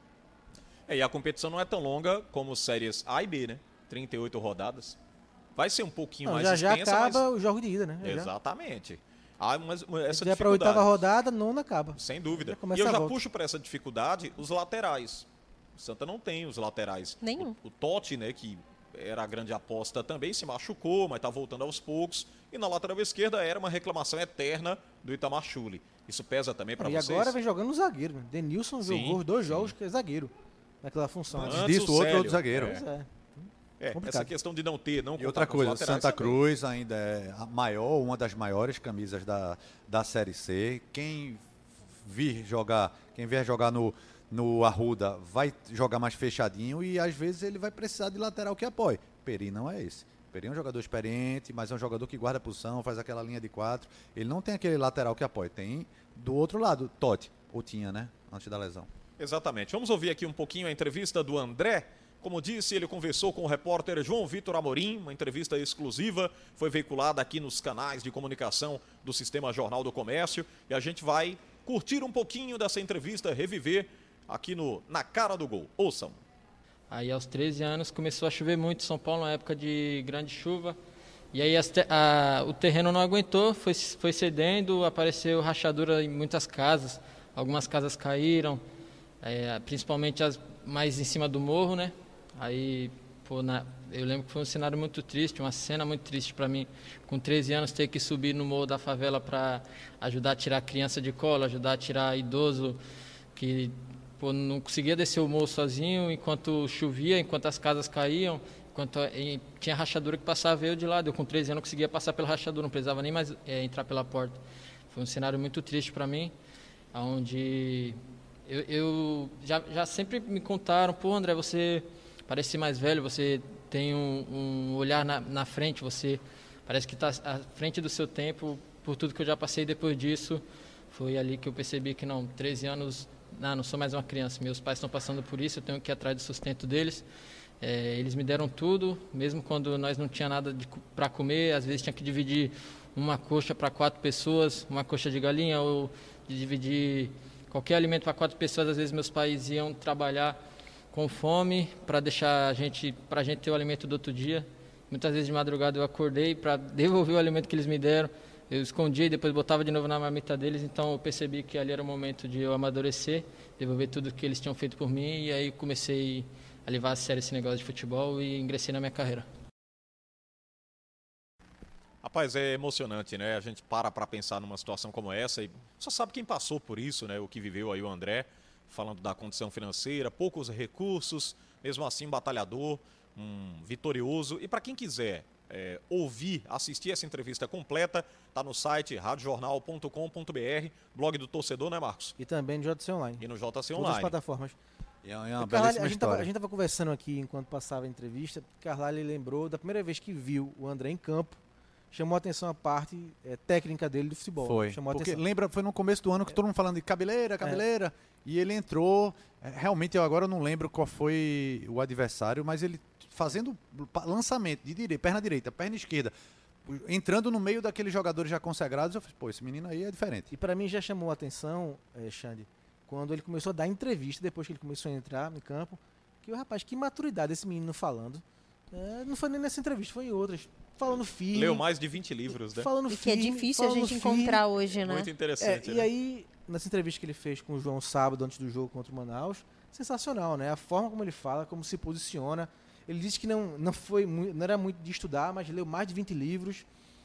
A: É, e a competição não é tão longa como séries A e B, né? trinta e oito rodadas. Vai ser um pouquinho
C: Não,
A: mais
C: já já
A: extensa,
C: acaba
A: mas...
C: o jogo de ida, né? Já já.
A: Exatamente. Há umas- uma- essa
C: Se vier pra oitava
A: dificuldade.
C: rodada, nona acaba.
A: Sem dúvida.
C: Já começa
A: E eu
C: a
A: já
C: volta.
A: puxo para essa dificuldade os laterais. O Santa não tem os laterais.
D: Nenhum.
A: O, o Totti, né, que era a grande aposta, também se machucou, mas está voltando aos poucos. E na lateral esquerda era uma reclamação eterna do Itamar Schulli. Isso pesa também para
C: E
A: vocês?
C: agora vem jogando no zagueiro. Né? Denilson
A: Sim,
C: jogou os dois
A: sim.
C: jogos que é zagueiro. Naquela função.
A: Antes
B: Antes disso,
A: o
B: o outro,
A: Célio.
B: outro zagueiro.
A: É.
C: Pois é.
A: É,
C: complicado.
A: essa questão de não ter, não
B: E
A: contar
B: outra
A: com os
B: coisa,
A: laterais
B: Santa
A: também.
B: Cruz ainda é a maior, uma das maiores camisas da, da Série C. Quem vir jogar, quem vier jogar no, no Arruda vai jogar mais fechadinho e às vezes ele vai precisar de lateral que apoie. Peri não é esse. Peri é um jogador experiente, mas é um jogador que guarda a posição, faz aquela linha de quatro. Ele não tem aquele lateral que apoia. Tem do outro lado, Totti. Ou tinha, né? antes da lesão.
A: Exatamente. Vamos ouvir aqui um pouquinho a entrevista do André. Como disse, ele conversou com o repórter João Vitor Amorim, uma entrevista exclusiva, foi veiculada aqui nos canais de comunicação do Sistema Jornal do Comércio, e a gente vai curtir um pouquinho dessa entrevista, reviver aqui no Na Cara do Gol. Ouçam.
J: Aí aos treze anos começou a chover muito em São Paulo, na época de grande chuva, e aí as te a, o terreno não aguentou, foi, foi cedendo, apareceu rachadura em muitas casas, algumas casas caíram, é, principalmente as mais em cima do morro, né? Aí, pô, na, eu lembro que foi um cenário muito triste, uma cena muito triste para mim, com treze anos, ter que subir no morro da favela para ajudar a tirar criança de colo, ajudar a tirar idoso que pô, não conseguia descer o morro sozinho enquanto chovia, enquanto as casas caíam, enquanto e, tinha rachadura que passava eu de lado. Eu com treze anos não conseguia passar pela rachadura, não precisava nem mais é, entrar pela porta. Foi um cenário muito triste para mim, onde eu, eu já, já sempre me contaram, pô, André, você parece mais velho, você tem um, um olhar na, na frente, você parece que está à frente do seu tempo. Por tudo que eu já passei depois disso, foi ali que eu percebi que não, treze anos, não, não sou mais uma criança, meus pais estão passando por isso, eu tenho que ir atrás do sustento deles. É, eles me deram tudo, mesmo quando nós não tinha nada para comer, às vezes tinha que dividir uma coxa para quatro pessoas, uma coxa de galinha, ou dividir qualquer alimento para quatro pessoas. Às vezes meus pais iam trabalhar com fome para deixar a gente, para a gente ter o alimento do outro dia. Muitas vezes de madrugada eu acordei para devolver o alimento que eles me deram. Eu escondia e depois botava de novo na marmita deles. Então eu percebi que ali era o momento de eu amadurecer, devolver tudo que eles tinham feito por mim. E aí comecei a levar a sério esse negócio de futebol e ingressei na minha carreira.
A: Rapaz, é emocionante, né? A gente para para pensar numa situação como essa e só sabe quem passou por isso, né? O que viveu aí o André, falando da condição financeira, poucos recursos, mesmo assim batalhador, um vitorioso. E para quem quiser é, ouvir, assistir essa entrevista completa, está no site rádio jornal ponto com ponto br, blog do torcedor, né, Marcos?
C: E também no J C Online.
A: E no J C
C: Online.
A: Online.
C: Todas as plataformas.
B: É uma
C: Carlyle, a gente tava, a gente estava conversando aqui enquanto passava a entrevista, Carlyle lembrou da primeira vez que viu o André em campo, chamou a atenção a parte é, técnica dele do futebol.
B: Foi,
C: chamou
B: porque
C: atenção.
B: lembra, foi no começo do ano que todo mundo falando de cabeleira, cabeleira, é. E ele entrou, realmente eu agora não lembro qual foi o adversário, mas ele fazendo lançamento de direita, perna direita, perna esquerda, entrando no meio daqueles jogadores já consagrados, eu falei, pô, esse menino aí é diferente.
C: E para mim já chamou a atenção, é, Xande, quando ele começou a dar entrevista, depois que ele começou a entrar no campo, que o rapaz, que maturidade esse menino falando. É, não foi nem nessa entrevista, foi em outras. Falando firme.
A: Leu mais de vinte livros, né?
C: Falando
D: e
C: firme,
D: que é difícil a gente
C: firme.
D: encontrar hoje, né?
A: Muito interessante.
C: É,
A: né?
C: E aí, nessa entrevista que ele fez com o João sábado, antes do jogo contra o Manaus, sensacional, né? A forma como ele fala, como se posiciona. Ele disse que não, não, foi muito, não era muito de estudar, mas leu mais de vinte livros.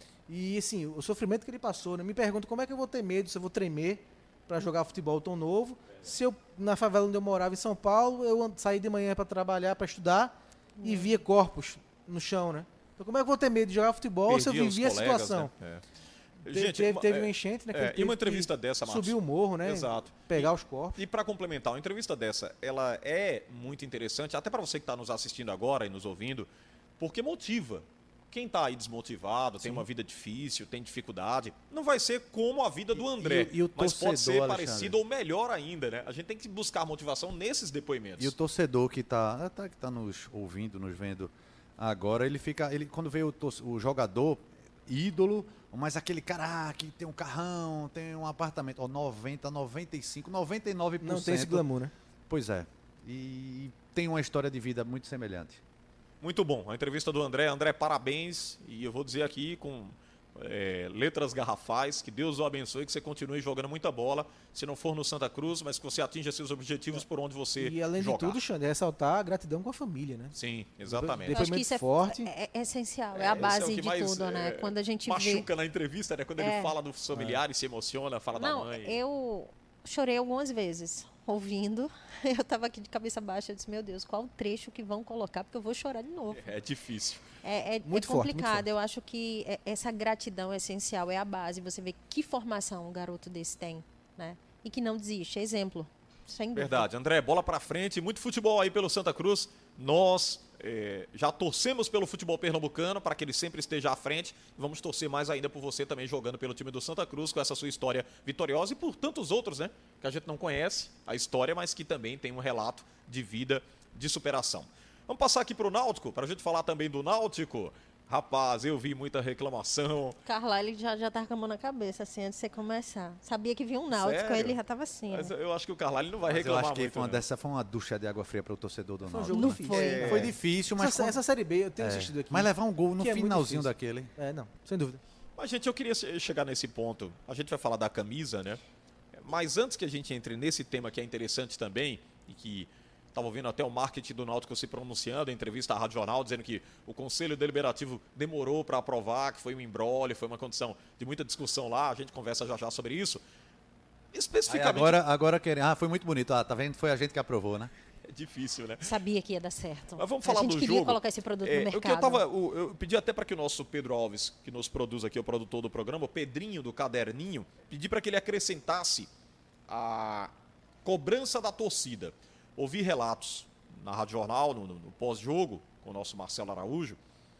C: E, assim, o sofrimento que ele passou, né? Me pergunto como é que eu vou ter medo, se eu vou tremer para jogar futebol tão novo. Se eu, na favela onde eu morava, em São Paulo, eu saí de manhã para trabalhar, para estudar, é. e via corpos no chão, né? Então como é que eu vou ter medo de jogar futebol
A: Perdia
C: se eu vivia a situação?
A: Né? É.
C: Te,
A: Gente,
C: teve, teve
A: é,
C: uma enchente, né? Que
A: é,
C: teve
A: e uma entrevista dessa, Marcos?
C: Subir o morro, né?
A: Exato.
C: Pegar
A: e,
C: os corpos.
A: E para complementar, uma entrevista dessa, ela é muito interessante, até para você que está nos assistindo agora e nos ouvindo, porque motiva. Quem está aí desmotivado, Sim. tem uma vida difícil, tem dificuldade, não vai ser como a vida do André,
B: e, e o
A: mas
B: torcedor,
A: pode ser
B: Alexandre.
A: parecido ou melhor ainda, né? A gente tem que buscar motivação nesses depoimentos.
B: E o torcedor que está tá, que tá nos ouvindo, nos vendo agora, ele fica, ele quando vê o, o jogador ídolo, mas aquele cara ah, que tem um carrão, tem um apartamento, ó, noventa, noventa e cinco, noventa e nove por cento.
C: Não tem esse glamour, né?
B: Pois é. E tem uma história de vida muito semelhante.
A: Muito bom. A entrevista do André. André, parabéns. E eu vou dizer aqui com é, letras garrafais, que Deus o abençoe, que você continue jogando muita bola, se não for no Santa Cruz, mas que você atinja seus objetivos por onde você
C: E além
A: jogar.
C: de tudo, Xande, é ressaltar a gratidão com a família, né?
A: Sim, exatamente.
D: Eu acho que isso é,
C: forte.
D: É, é essencial, é a base é de mais, tudo, né?
A: É,
D: Quando a gente
A: machuca
D: vê...
A: na entrevista, né? Quando
D: é.
A: ele fala dos familiares, é. se emociona, fala
D: não,
A: da mãe.
D: Eu chorei algumas vezes ouvindo. Eu estava aqui de cabeça baixa, eu disse, meu Deus, qual o trecho que vão colocar, porque eu vou chorar de novo.
A: É, é difícil.
D: É, é,
C: muito
D: é complicado,
C: forte, muito forte.
D: Eu acho que essa gratidão é essencial, é a base. Você vê que formação um garoto desse tem, né? E que não desiste. Exemplo Sem dúvida.
A: Verdade. André, bola pra frente, muito futebol aí pelo Santa Cruz. Nós é, já torcemos pelo futebol pernambucano para que ele sempre esteja à frente. Vamos torcer mais ainda por você também jogando pelo time do Santa Cruz com essa sua história vitoriosa e por tantos outros, né? Que a gente não conhece a história, mas que também tem um relato de vida, de superação. Vamos passar aqui para o Náutico, para a gente falar também do Náutico. Rapaz, eu vi muita reclamação.
D: Carlyle já, já tá com a mão na cabeça, assim, antes de você começar. Sabia que vinha um Náutico,
A: Sério?
D: ele já tava assim.
A: Mas
D: né?
A: eu acho que o Carlyle não vai
B: Mas
A: reclamar
B: eu acho que
A: muito,
B: foi uma,
A: não.
B: dessa foi uma ducha de água fria para o torcedor do
C: Foi um
B: Náutico.
C: jogo
B: né?
C: difícil.
D: foi.
C: É.
B: Foi difícil, mas...
C: Essa,
B: quando-
C: essa Série B, eu tenho
B: é,
C: assistido aqui.
B: mas levar um gol no
C: que é muito
B: finalzinho
C: difícil.
B: daquele...
C: É, não, sem dúvida.
A: Mas, gente, eu queria che- chegar nesse ponto. A gente vai falar da camisa, né? Mas antes que a gente entre nesse tema que é interessante também, e que estava ouvindo até o marketing do Náutico se pronunciando em entrevista à Rádio Jornal, dizendo que o Conselho Deliberativo demorou para aprovar, que foi um embrólio, foi uma condição de muita discussão lá, a gente conversa já já sobre isso.
B: Aí
A: Especificamente...
B: agora, agora querem... Ah, foi muito bonito. Ah, tá vendo? Foi a gente que aprovou, né?
A: É difícil, né?
D: Sabia que ia dar certo.
A: Mas vamos falar
D: a gente
A: do
D: queria
A: jogo.
D: colocar esse produto
A: É,
D: no
A: o que eu,
D: mercado.
A: tava, o- eu pedi até para que o nosso Pedro Alves, que nos produz aqui, o produtor do programa, o Pedrinho do Caderninho, pedi para que ele acrescentasse a cobrança da torcida. Ouvi relatos na Rádio Jornal, no, no- no pós-jogo, com o nosso Marcelo Araújo,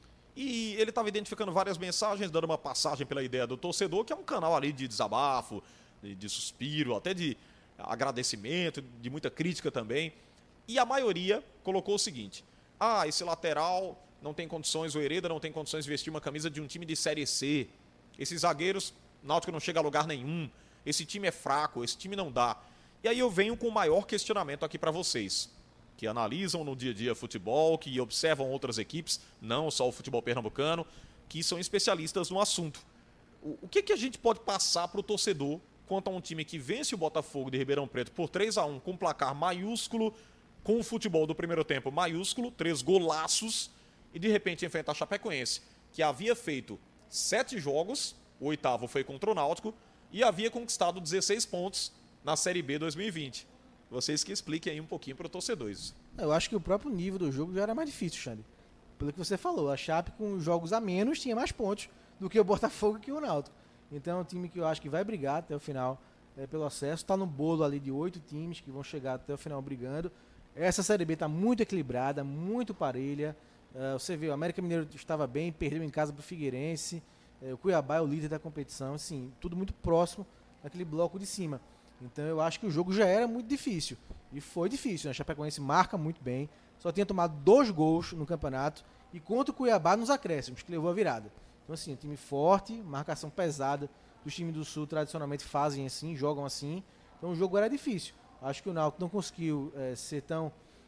A: e ele estava identificando várias mensagens, dando uma passagem pela ideia do torcedor, que é um canal ali de desabafo, de, de suspiro, até de agradecimento, de muita crítica também. E a maioria colocou o seguinte: ah, esse lateral não tem condições, o Hereda não tem condições de vestir uma camisa de um time de Série C. Esses zagueiros, Náutico não chega a lugar nenhum. Esse time é fraco, esse time não dá. E aí eu venho com o maior questionamento aqui para vocês, que analisam no dia a dia futebol, que observam outras equipes, não só o futebol pernambucano, que são especialistas no assunto. O, o que, que a gente pode passar para o torcedor quanto a um time que vence o Botafogo de Ribeirão Preto por três a um, com um placar maiúsculo, com o futebol do primeiro tempo maiúsculo, três golaços, e de repente enfrenta a Chapecoense, que havia feito sete jogos, o oitavo foi contra o Náutico, e havia conquistado dezesseis pontos na Série B dois mil e vinte. Vocês que expliquem aí um pouquinho para os torcedores.
C: Eu acho que o próprio nível do jogo já era mais difícil, Xande. Pelo que você falou, a Chape com jogos a menos tinha mais pontos do que o Botafogo e que o Náutico. Então é um time que eu acho que vai brigar até o final é, pelo acesso. Está no bolo ali de oito times que vão chegar até o final brigando. Essa Série B está muito equilibrada, muito parelha. Uh, você vê, o América Mineiro estava bem, perdeu em casa para o Figueirense. Uh, o Cuiabá é o líder da competição. Assim, tudo muito próximo daquele bloco de cima. Então eu acho que o jogo já era muito difícil. E foi difícil, né? A Chapecoense marca muito bem. Só tinha tomado dois gols no campeonato. E contra o Cuiabá nos acréscimos, que levou a virada. Então assim, um time forte, marcação pesada. Os times do Sul tradicionalmente fazem assim, jogam assim. Então o jogo era difícil. Acho que o Náutico não conseguiu é, ser tão...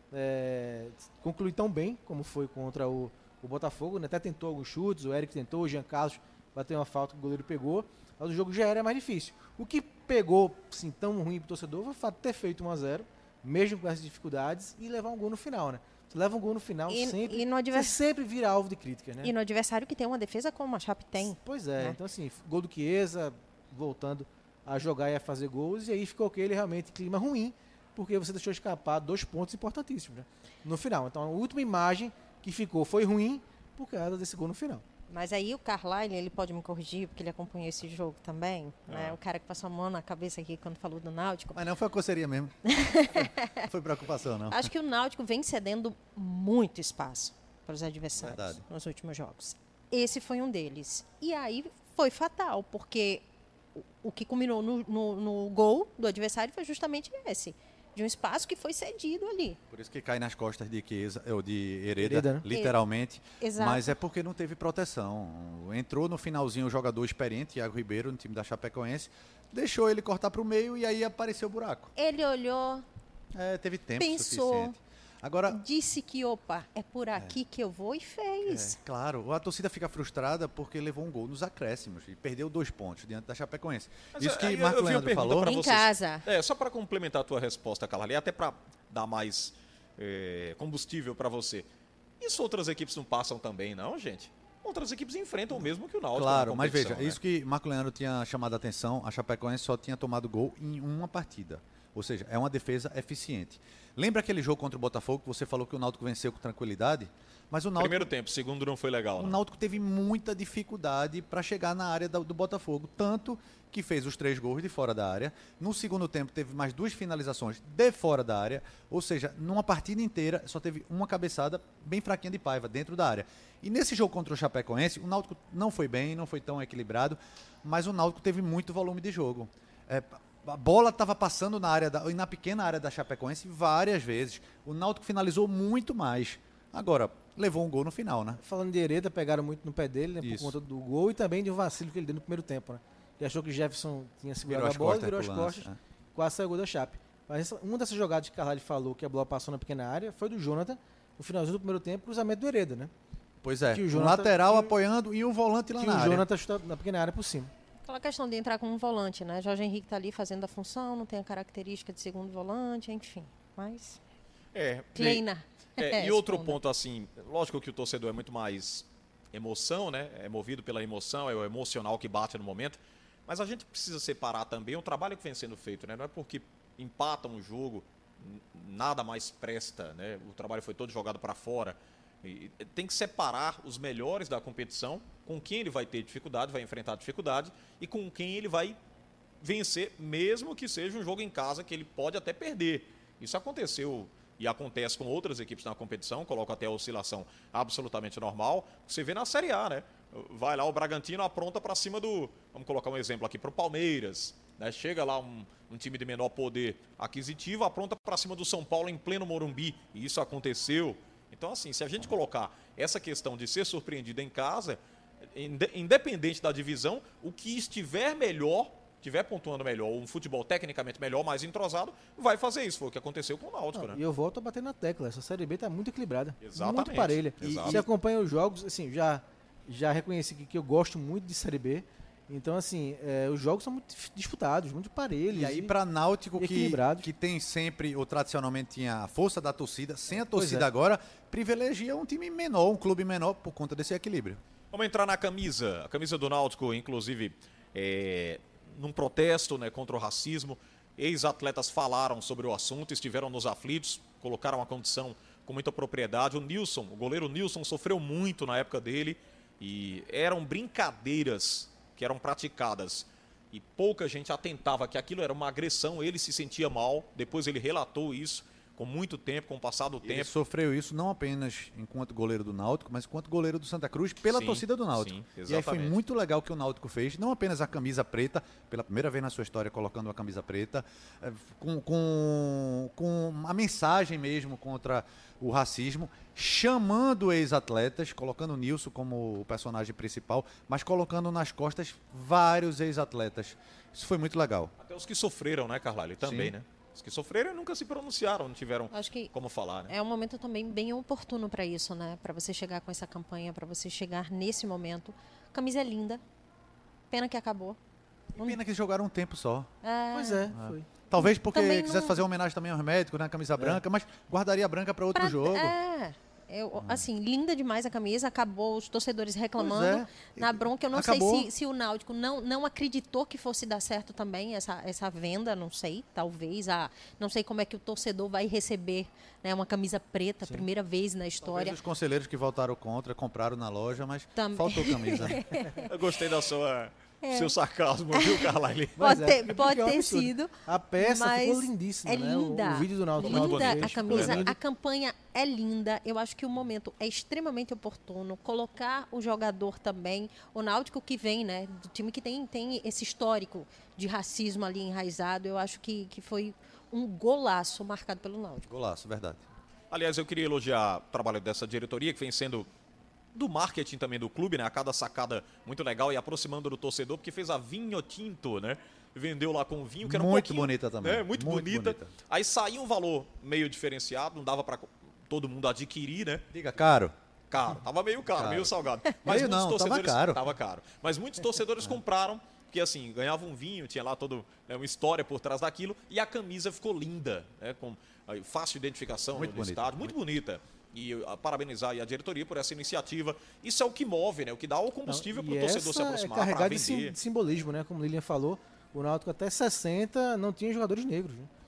C: É, concluir tão bem como foi contra o, o Botafogo. Né? Até tentou alguns chutes, o Eric tentou, o Jean Carlos bateu uma falta que o goleiro pegou. Mas o jogo já era mais difícil. O que pegou assim, tão ruim pro torcedor foi o fato de ter feito um a zero, mesmo com essas dificuldades, e levar um gol no final, né? Você leva um gol no final,
D: E-
C: sempre,
D: e no advers-
C: você sempre vira alvo de críticas, né?
D: E no adversário que tem uma defesa como a Chape tem.
C: Pois é,
D: né?
C: então assim, gol do Chiesa, voltando a jogar e a fazer gols, e aí ficou aquele realmente clima ruim, porque você deixou escapar dois pontos importantíssimos, né? No final. Então a última imagem que ficou foi ruim por causa desse gol no final.
D: Mas aí o Carlyle, ele pode me corrigir, porque ele acompanhou esse jogo também. Né? O cara que passou a mão na cabeça aqui quando falou do Náutico.
B: Mas não foi a coceirinha mesmo. Não foi preocupação, não.
D: Acho que o Náutico vem cedendo muito espaço para os adversários
B: Verdade.
D: nos últimos jogos. Esse foi um deles. E aí foi fatal, porque o, o que culminou no, no, no gol do adversário foi justamente esse. De um espaço que foi cedido ali.
B: Por isso que cai nas costas de Chiesa, ou de Hereda,
C: Hereda, né?
B: literalmente.
D: Exato.
B: Mas é porque não teve proteção. Entrou no finalzinho o jogador experiente, Iago Ribeiro, no time da Chapecoense, deixou ele cortar para o meio e aí apareceu o buraco.
D: Ele olhou,
B: É, teve tempo
D: Pensou.
B: suficiente. Agora,
D: disse que, opa, é por aqui que eu vou e
B: é,
D: fez.
B: claro, a torcida fica frustrada porque levou um gol nos acréscimos e perdeu dois pontos diante da Chapecoense.
A: Mas
B: Isso que
A: aí eu-
B: Marco
A: eu vi uma
B: Leandro
A: pergunta
B: falou.
A: pra
D: Em
A: vocês.
D: casa.
A: É, só para complementar a tua resposta, Carla, e até para dar mais é, combustível para você. Isso outras equipes não passam também, não, gente? Outras equipes enfrentam o mesmo que o Náutico.
B: Claro,
A: na
B: mas
A: competição,
B: veja,
A: né?
B: isso que Marco Leandro tinha chamado a atenção, a Chapecoense só tinha tomado gol em uma partida. Ou seja, é uma defesa eficiente. Lembra aquele jogo contra o Botafogo que você falou que o Náutico venceu com tranquilidade? Mas o Náutico,
A: Primeiro tempo, segundo não foi legal.
B: o
A: Né?
B: Náutico teve muita dificuldade para chegar na área do, do Botafogo. Tanto que fez os três gols de fora da área. No segundo tempo teve mais duas finalizações de fora da área. Ou seja, numa partida inteira só teve uma cabeçada bem fraquinha de Paiva dentro da área. E nesse jogo contra o Chapecoense, o Náutico não foi bem, não foi tão equilibrado, mas o Náutico teve muito volume de jogo. É, a bola estava passando na área da, na pequena área da Chapecoense várias vezes. O Náutico finalizou muito mais. Agora, levou um gol no final, né?
C: Falando de Hereda, pegaram muito no pé dele, né, por
B: Isso.
C: conta do gol e também de um vacilo que ele deu no primeiro tempo, né? Ele achou que Jefferson tinha segurado
B: Virou
C: a
B: as
C: bola,
B: costas
C: virou as
B: pro
C: costas,
B: lance,
C: quase saiu o gol da Chape. Mas essa, uma dessas jogadas que Carvalho falou que a bola passou na pequena área foi do Jonathan, no finalzinho do primeiro tempo, cruzamento do Hereda, né?
B: Pois é,
C: Que o
B: um
C: Jonathan-
B: lateral
C: que o-
B: apoiando e um volante lá
C: Que
B: na
C: o
B: área.
C: Jonathan chuta na pequena área por cima.
D: Aquela questão de entrar com um volante, né? Jorge Henrique tá ali fazendo a função, não tem a característica de segundo volante, enfim. Mas.
A: É,
D: Kleina.
A: É, e outro ponto, assim, lógico que o torcedor é muito mais emoção, né? É movido pela emoção, é o emocional que bate no momento. Mas a gente precisa separar também o trabalho que vem sendo feito, né? Não é porque empatam o jogo, n- nada mais presta, né? O trabalho foi todo jogado para fora. E tem que separar os melhores da competição, com quem ele vai ter dificuldade, vai enfrentar dificuldade, e com quem ele vai vencer, mesmo que seja um jogo em casa que ele pode até perder. Isso aconteceu e acontece com outras equipes na competição, coloco até a oscilação absolutamente normal. Você vê na Série A, né? Vai lá, o Bragantino apronta para cima do... Vamos colocar um exemplo aqui, para o Palmeiras. Né? Chega lá um, um time de menor poder aquisitivo, apronta para cima do São Paulo em pleno Morumbi. E isso aconteceu. Então, assim, se a gente colocar essa questão de ser surpreendido em casa, inde- independente da divisão, o que estiver melhor, estiver pontuando melhor, um futebol tecnicamente melhor, mais entrosado, vai fazer isso. Foi o que aconteceu com o Náutico,
C: Não,
A: né?
C: E eu volto a bater na tecla. Essa Série B tá muito equilibrada.
A: Exatamente,
C: Muito parelha. E
A: exato.
C: se acompanha os jogos, assim, já, já reconheci que, que eu gosto muito de Série B. Então, assim, é, os jogos são muito dif- disputados, muito parelhos.
B: E aí, para Náutico, que,
C: equilibrados.
B: que tem sempre, ou tradicionalmente tinha a força da torcida, sem a
C: Pois
B: torcida
C: é.
B: agora, privilegia um time menor, um clube menor, por conta desse equilíbrio.
A: Vamos entrar na camisa. A camisa do Náutico, inclusive, é, num protesto, né, contra o racismo. Ex-atletas falaram sobre o assunto, estiveram nos aflitos, colocaram a condição com muita propriedade. O Nilson, o goleiro Nilson, sofreu muito na época dele e eram brincadeiras que eram praticadas. E pouca gente atentava que aquilo era uma agressão, ele se sentia mal, depois ele relatou isso com muito tempo, com o passar do
B: Ele
A: tempo.
B: sofreu isso não apenas enquanto goleiro do Náutico, mas enquanto goleiro do Santa Cruz, pela
A: Sim,
B: torcida do Náutico.
A: sim,
B: E aí foi
A: exatamente.
B: muito legal que o Náutico fez, não apenas a camisa preta, pela primeira vez na sua história colocando uma camisa preta, eh, com, com, com a mensagem mesmo contra o racismo, chamando ex-atletas, colocando o Nilson como o personagem principal, mas colocando nas costas vários ex-atletas. Isso foi muito legal.
A: Até os que sofreram, né, Carlalho? Também,
B: Sim.
A: né? Os que sofreram nunca se pronunciaram, não tiveram
D: Acho que
A: como falar, né?
D: é um momento também bem oportuno para isso, né? Para você chegar com essa campanha, para você chegar nesse momento. A camisa é linda. Pena que acabou.
B: Pena que eles jogaram um tempo só.
D: É,
C: Pois é, foi.
B: Talvez porque
D: Também
B: quisesse
D: não-
B: fazer uma homenagem também aos médicos, né? A camisa branca, mas guardaria a branca para outro
D: pra-
B: jogo.
D: É. Eu, assim, linda demais a camisa, acabou os torcedores reclamando.
B: Pois é.
D: Na bronca, eu não
B: Acabou.
D: sei se, se o Náutico não, não acreditou que fosse dar certo também essa, essa venda, não sei, talvez. A, não sei como é que o torcedor vai receber, né, uma camisa preta, primeira vez na
B: Talvez
D: história.
B: os conselheiros que votaram contra compraram na loja, mas
D: Também.
B: faltou camisa.
A: Eu gostei da sua seu sarcasmo, viu, Carlalho?
D: Pode
C: Mas
D: ter,
C: é, porque
D: pode
C: é um
D: ter
C: absurdo.
D: sido.
C: A peça
D: mas
C: ficou lindíssima,
D: é
C: né? O-
D: linda.
C: O, vídeo do Náutico.
A: Muito
D: Linda
A: bonito,
D: a
A: ficou
D: camisa,
A: lindo.
D: a campanha é linda. Eu acho que o momento é extremamente oportuno. Colocar o jogador também, o Náutico que vem, né, do time que tem, tem esse histórico de racismo ali enraizado, eu acho que, que foi um golaço marcado pelo Náutico.
B: Golaço, verdade.
A: Aliás, eu queria elogiar o trabalho dessa diretoria, que vem sendo do marketing também do clube, né? A cada sacada muito legal e aproximando do torcedor, porque fez a Vinho Tinto, né? Vendeu lá com vinho, que era um
B: Muito
A: pouquinho,
B: bonita também.
A: né? Muito,
B: Muito
A: bonita.
B: bonita.
A: Aí saiu um valor meio diferenciado, não dava para todo mundo adquirir, né?
B: Diga, caro.
A: Caro, tava meio caro,
B: Caro.
A: meio salgado.
B: Meio
A: muitos
B: não, tava
A: torcedores
B: caro.
A: tava caro. Mas muitos torcedores compraram, porque assim, ganhavam um vinho, tinha lá toda, né, uma história por trás daquilo, e a camisa ficou linda, né, com aí, fácil identificação
B: Muito
A: no
B: bonita,
A: estádio, muito bonita. E eu, a, parabenizar aí a diretoria por essa iniciativa. Isso é o que move, né? O que dá o combustível para o
C: E
A: torcedor se
C: essa
A: aproximar,
C: é
A: para
C: carregada de, sim-
A: vender.
C: de simbolismo, né? Como o Lilian falou, o Náutico até sessenta não tinha jogadores negros. Né?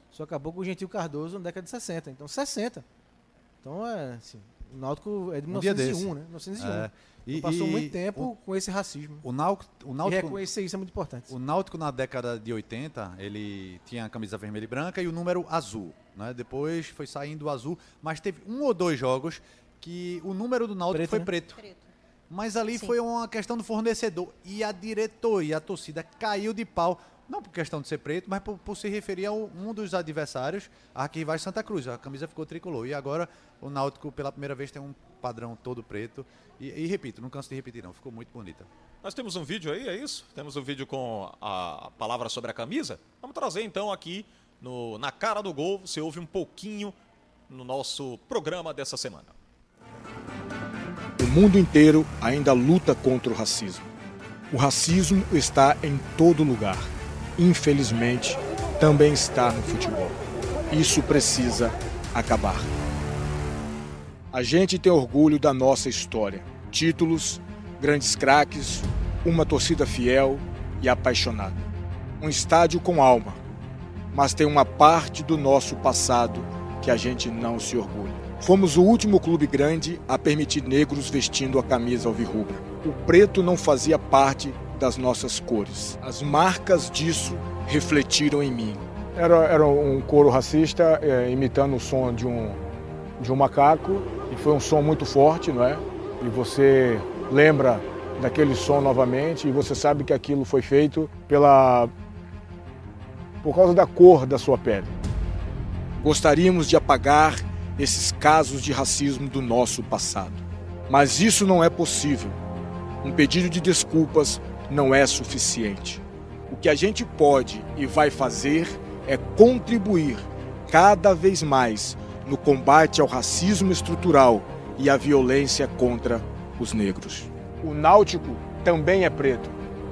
C: só acabou com o Gentil Cardoso na década de sessenta. Então, sessenta. Então, é assim, o Náutico é de mil novecentos e um, né? mil novecentos e um. É. E, passou e, muito tempo o, com esse racismo.
B: O Náutico, o Náutico,
C: e reconhecer isso é muito importante.
B: O Náutico, na década de oitenta, ele tinha a camisa vermelha e branca e o número azul. Né? Depois foi saindo o azul, mas teve um ou dois jogos que o número do Náutico preto, foi né? preto. preto. Mas ali Sim. foi uma questão do fornecedor. E a diretoria, a torcida, caiu de pau. Não por questão de ser preto, mas por, por se referir a um dos adversários, a que vai Santa Cruz. A camisa ficou tricolor. E agora o Náutico, pela primeira vez, tem um padrão todo preto. E, e repito, não canso de repetir não, ficou muito bonita.
A: Nós temos um vídeo aí, é isso? Temos um vídeo com a palavra sobre a camisa? Vamos trazer então aqui no, na cara do gol, você ouve um pouquinho no nosso programa dessa semana.
K: O mundo inteiro ainda luta contra o racismo. O racismo está em todo lugar. Infelizmente, também está no futebol. Isso precisa acabar. A gente tem orgulho da nossa história. Títulos, grandes craques, uma torcida fiel e apaixonada. Um estádio com alma. Mas tem uma parte do nosso passado que a gente não se orgulha. Fomos o último clube grande a permitir negros vestindo a camisa alvirrubra. O preto não fazia parte das nossas cores. As marcas disso refletiram em mim.
L: Era, era um coro racista, é, imitando o som de um, de um macaco. E foi um som muito forte, não é? E você lembra daquele som novamente e você sabe que aquilo foi feito pela... por causa da cor da sua pele.
K: Gostaríamos de apagar esses casos de racismo do nosso passado. Mas isso não é possível. Um pedido de desculpas não é suficiente. O que a gente pode e vai fazer é contribuir cada vez mais no combate ao racismo estrutural e à violência contra os negros.
L: O Náutico também é preto.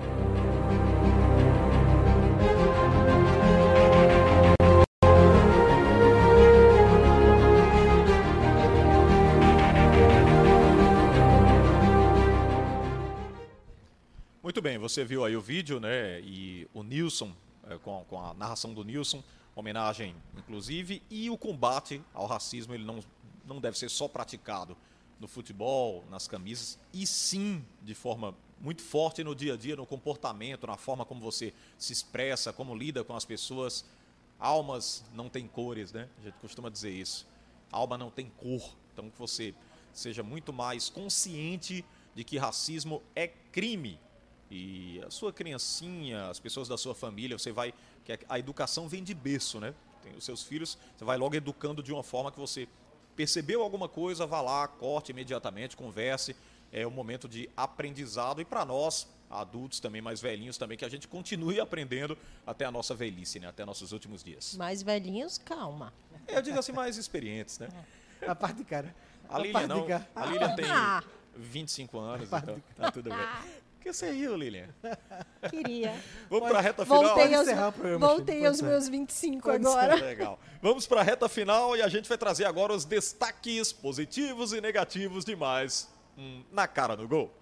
A: Muito bem, você viu aí o vídeo, né? E o Nilson, é, com, com a narração do Nilson, homenagem, inclusive, e o combate ao racismo, ele não, não deve ser só praticado no futebol, nas camisas, e sim de forma muito forte no dia a dia, no comportamento, na forma como você se expressa, como lida com as pessoas. Almas não têm cores, né? A gente costuma dizer isso. Alma não tem cor. Então que você seja muito mais consciente de que racismo é crime. E a sua criancinha, as pessoas da sua família, você vai... que a educação vem de berço, né? Tem os seus filhos, você vai logo educando de uma forma que você percebeu alguma coisa, vá lá, corte imediatamente, converse. É um momento de aprendizado. E para nós, adultos também, mais velhinhos também, que a gente continue aprendendo até a nossa velhice, né? Até nossos últimos dias.
D: Mais velhinhos, calma.
A: Eu digo assim, mais experientes, né?
C: A parte de cara.
A: A, a Lilian não. A Lilian tem vinte e cinco anos, então tá tudo bem. Por que você riu, Lilian?
D: Queria.
A: Vamos para a reta final.
D: Voltei aos, voltei aos meus vinte e cinco agora.
A: Legal. Vamos para a reta final e a gente vai trazer agora os destaques positivos e negativos de mais um Na Cara do Gol.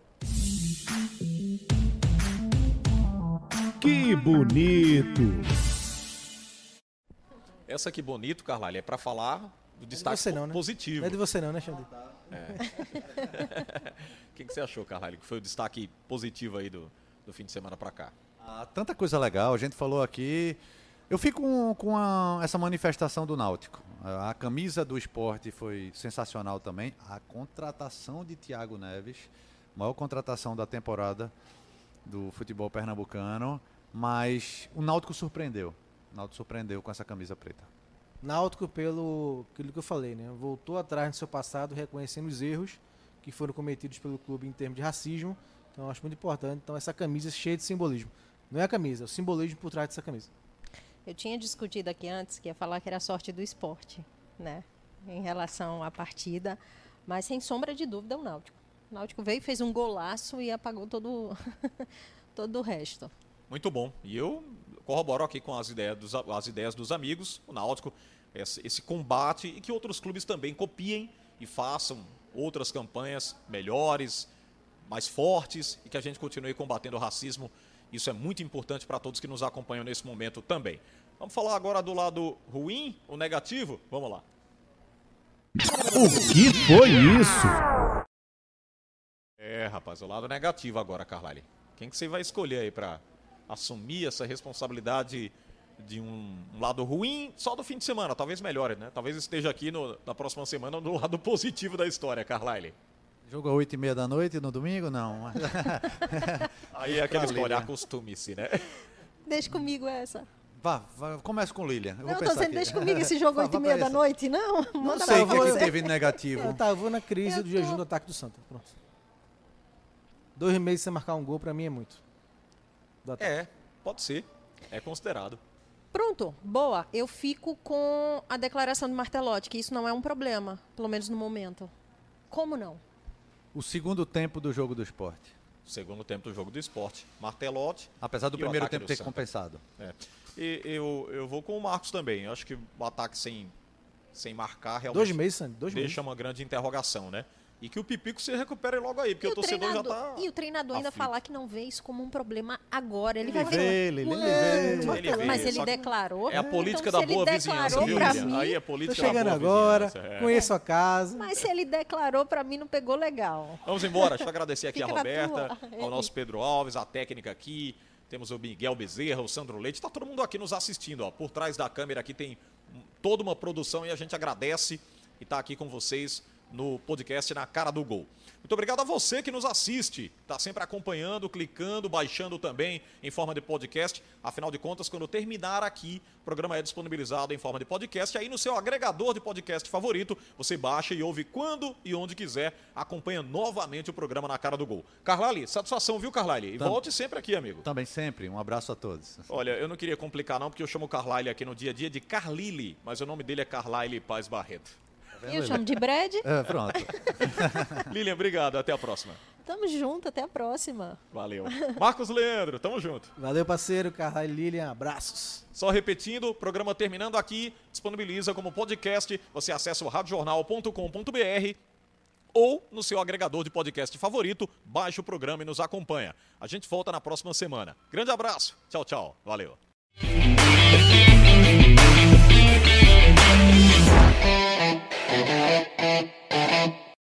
F: Que bonito!
A: Essa que bonito, Carlalho, é para falar do destaque
C: não é não, né?
A: positivo.
C: Não é de você não, né, Xandri?
A: É. O que, que você achou, Carlalho, que foi o destaque positivo aí do, do fim de semana para cá?
B: Ah, tanta coisa legal, a gente falou aqui. Eu fico com, com a, essa manifestação do Náutico. A, a camisa do esporte foi sensacional também. A contratação de Thiago Neves, maior contratação da temporada do futebol pernambucano, mas o Náutico surpreendeu. O Náutico surpreendeu com essa camisa preta.
C: Náutico, pelo aquilo que eu falei, né? Voltou atrás no seu passado, reconhecendo os erros que foram cometidos pelo clube em termos de racismo. Então, eu acho muito importante. Então, essa camisa cheia de simbolismo. Não é a camisa, é o simbolismo por trás dessa camisa.
D: Eu tinha discutido aqui antes que ia falar que era a sorte do esporte, né? Em relação à partida. Mas, sem sombra de dúvida, é o Náutico. O Náutico veio, fez um golaço e apagou todo, todo o resto.
A: Muito bom. E eu corroboro aqui com as ideias dos, as ideias dos amigos. O Náutico, esse, esse combate, e que outros clubes também copiem e façam outras campanhas melhores, mais fortes, e que a gente continue combatendo o racismo Isso é muito importante para todos que nos acompanham nesse momento também. Vamos falar agora do lado ruim, o negativo? Vamos lá.
F: O que foi isso?
A: É, rapaz, o lado negativo agora, Carlyle. Quem que você vai escolher aí para assumir essa responsabilidade de um, um lado ruim só do fim de semana? Talvez melhore, né? Talvez esteja aqui no, na próxima semana no lado positivo da história, Carlyle.
B: Jogo às oito e meia da noite no domingo? Não.
A: Aí é aquela história, acostume-se, né?
D: Deixa comigo essa.
B: Vá, vá, começa com Lilian. Eu
D: não,
B: vou
D: tô
B: pensar
D: dizendo,
B: aqui.
D: deixa comigo esse jogo oito e meia da noite, não?
B: Não
D: Manda
B: sei o
D: pra
B: que, que
D: você.
B: teve de negativo.
C: Eu tava na crise
D: Eu
C: do
D: tô-
C: jejum do ataque do Santa. Pronto. Dois meses sem marcar um gol, pra mim, é muito. Do ataque.
A: É, pode ser. É considerado.
D: Pronto, boa. Eu fico com a declaração de Martelotti, que isso não é um problema, pelo menos no momento. Como não?
B: O segundo tempo do jogo do Sport.
A: Segundo tempo do jogo do Sport. Martelotti.
B: Apesar do
A: e o
B: primeiro
A: ataque
B: tempo
A: do
B: ter
A: Santa.
B: compensado.
A: É. E eu, eu vou com o Marcos também. Eu acho que o ataque sem, sem marcar realmente
C: Dois meses, Sandy, dois
A: deixa
C: meses.
A: uma grande interrogação, né? E que o Pipico se recupere logo aí, porque
D: E
A: o torcedor já tá...
D: e o treinador ainda
A: aflito.
D: falar que não vê isso como um problema agora. Ele,
B: Ele
D: vai
B: vê,
D: ver.
B: ele- ele
D: Ué,
B: vê.
D: mas-
A: Ele vê,
D: Mas ele
A: só que
D: declarou.
A: É a política
D: Então,
A: da
D: se ele
A: boa vizinhança,
D: declarou
A: viu,
D: pra
A: Lilian?
D: mim-
A: Aí é a
C: Tô
A: política
C: chegando
A: da boa
C: agora,
A: vizinhança. É.
C: conheço a casa.
D: Mas se ele declarou, pra mim não pegou legal.
A: Vamos embora. Deixa eu agradecer aqui
D: Fica
A: a
D: na
A: Roberta,
D: tua.
A: ao nosso Pedro Alves, a técnica aqui. Temos o Miguel Bezerra, o Sandro Leite. Tá todo mundo aqui nos assistindo, ó. Por trás da câmera aqui tem hum, toda uma produção e a gente agradece e tá aqui com vocês no podcast Na Cara do Gol. Muito obrigado a você que nos assiste, está sempre acompanhando, clicando, baixando também em forma de podcast. Afinal de contas, quando terminar aqui, o programa é disponibilizado em forma de podcast. Aí no seu agregador de podcast favorito, você baixa e ouve quando e onde quiser. Acompanha novamente o programa Na Cara do Gol. Carlyle, satisfação, viu, Carlyle? E
B: Tam-
A: volte sempre aqui, amigo.
B: Também sempre. Um abraço a todos.
A: Olha, eu não queria complicar não, porque eu chamo o Carlyle aqui no dia a dia de Carlyle, mas o nome dele é Carlyle Paz Barreto.
D: E eu chamo de Brad.
B: É, pronto.
A: Lilian, obrigado. Até a próxima.
D: Tamo junto, até a próxima.
A: Valeu. Marcos Leandro, tamo junto.
C: Valeu, parceiro. Carlyle e Lilian, abraços.
A: Só repetindo, o programa terminando aqui, disponibiliza como podcast. Você acessa o rádio jornal ponto com ponto b r ou no seu agregador de podcast favorito, baixa o programa e nos acompanha. A gente volta na próxima semana. Grande abraço. Tchau, tchau. Valeu.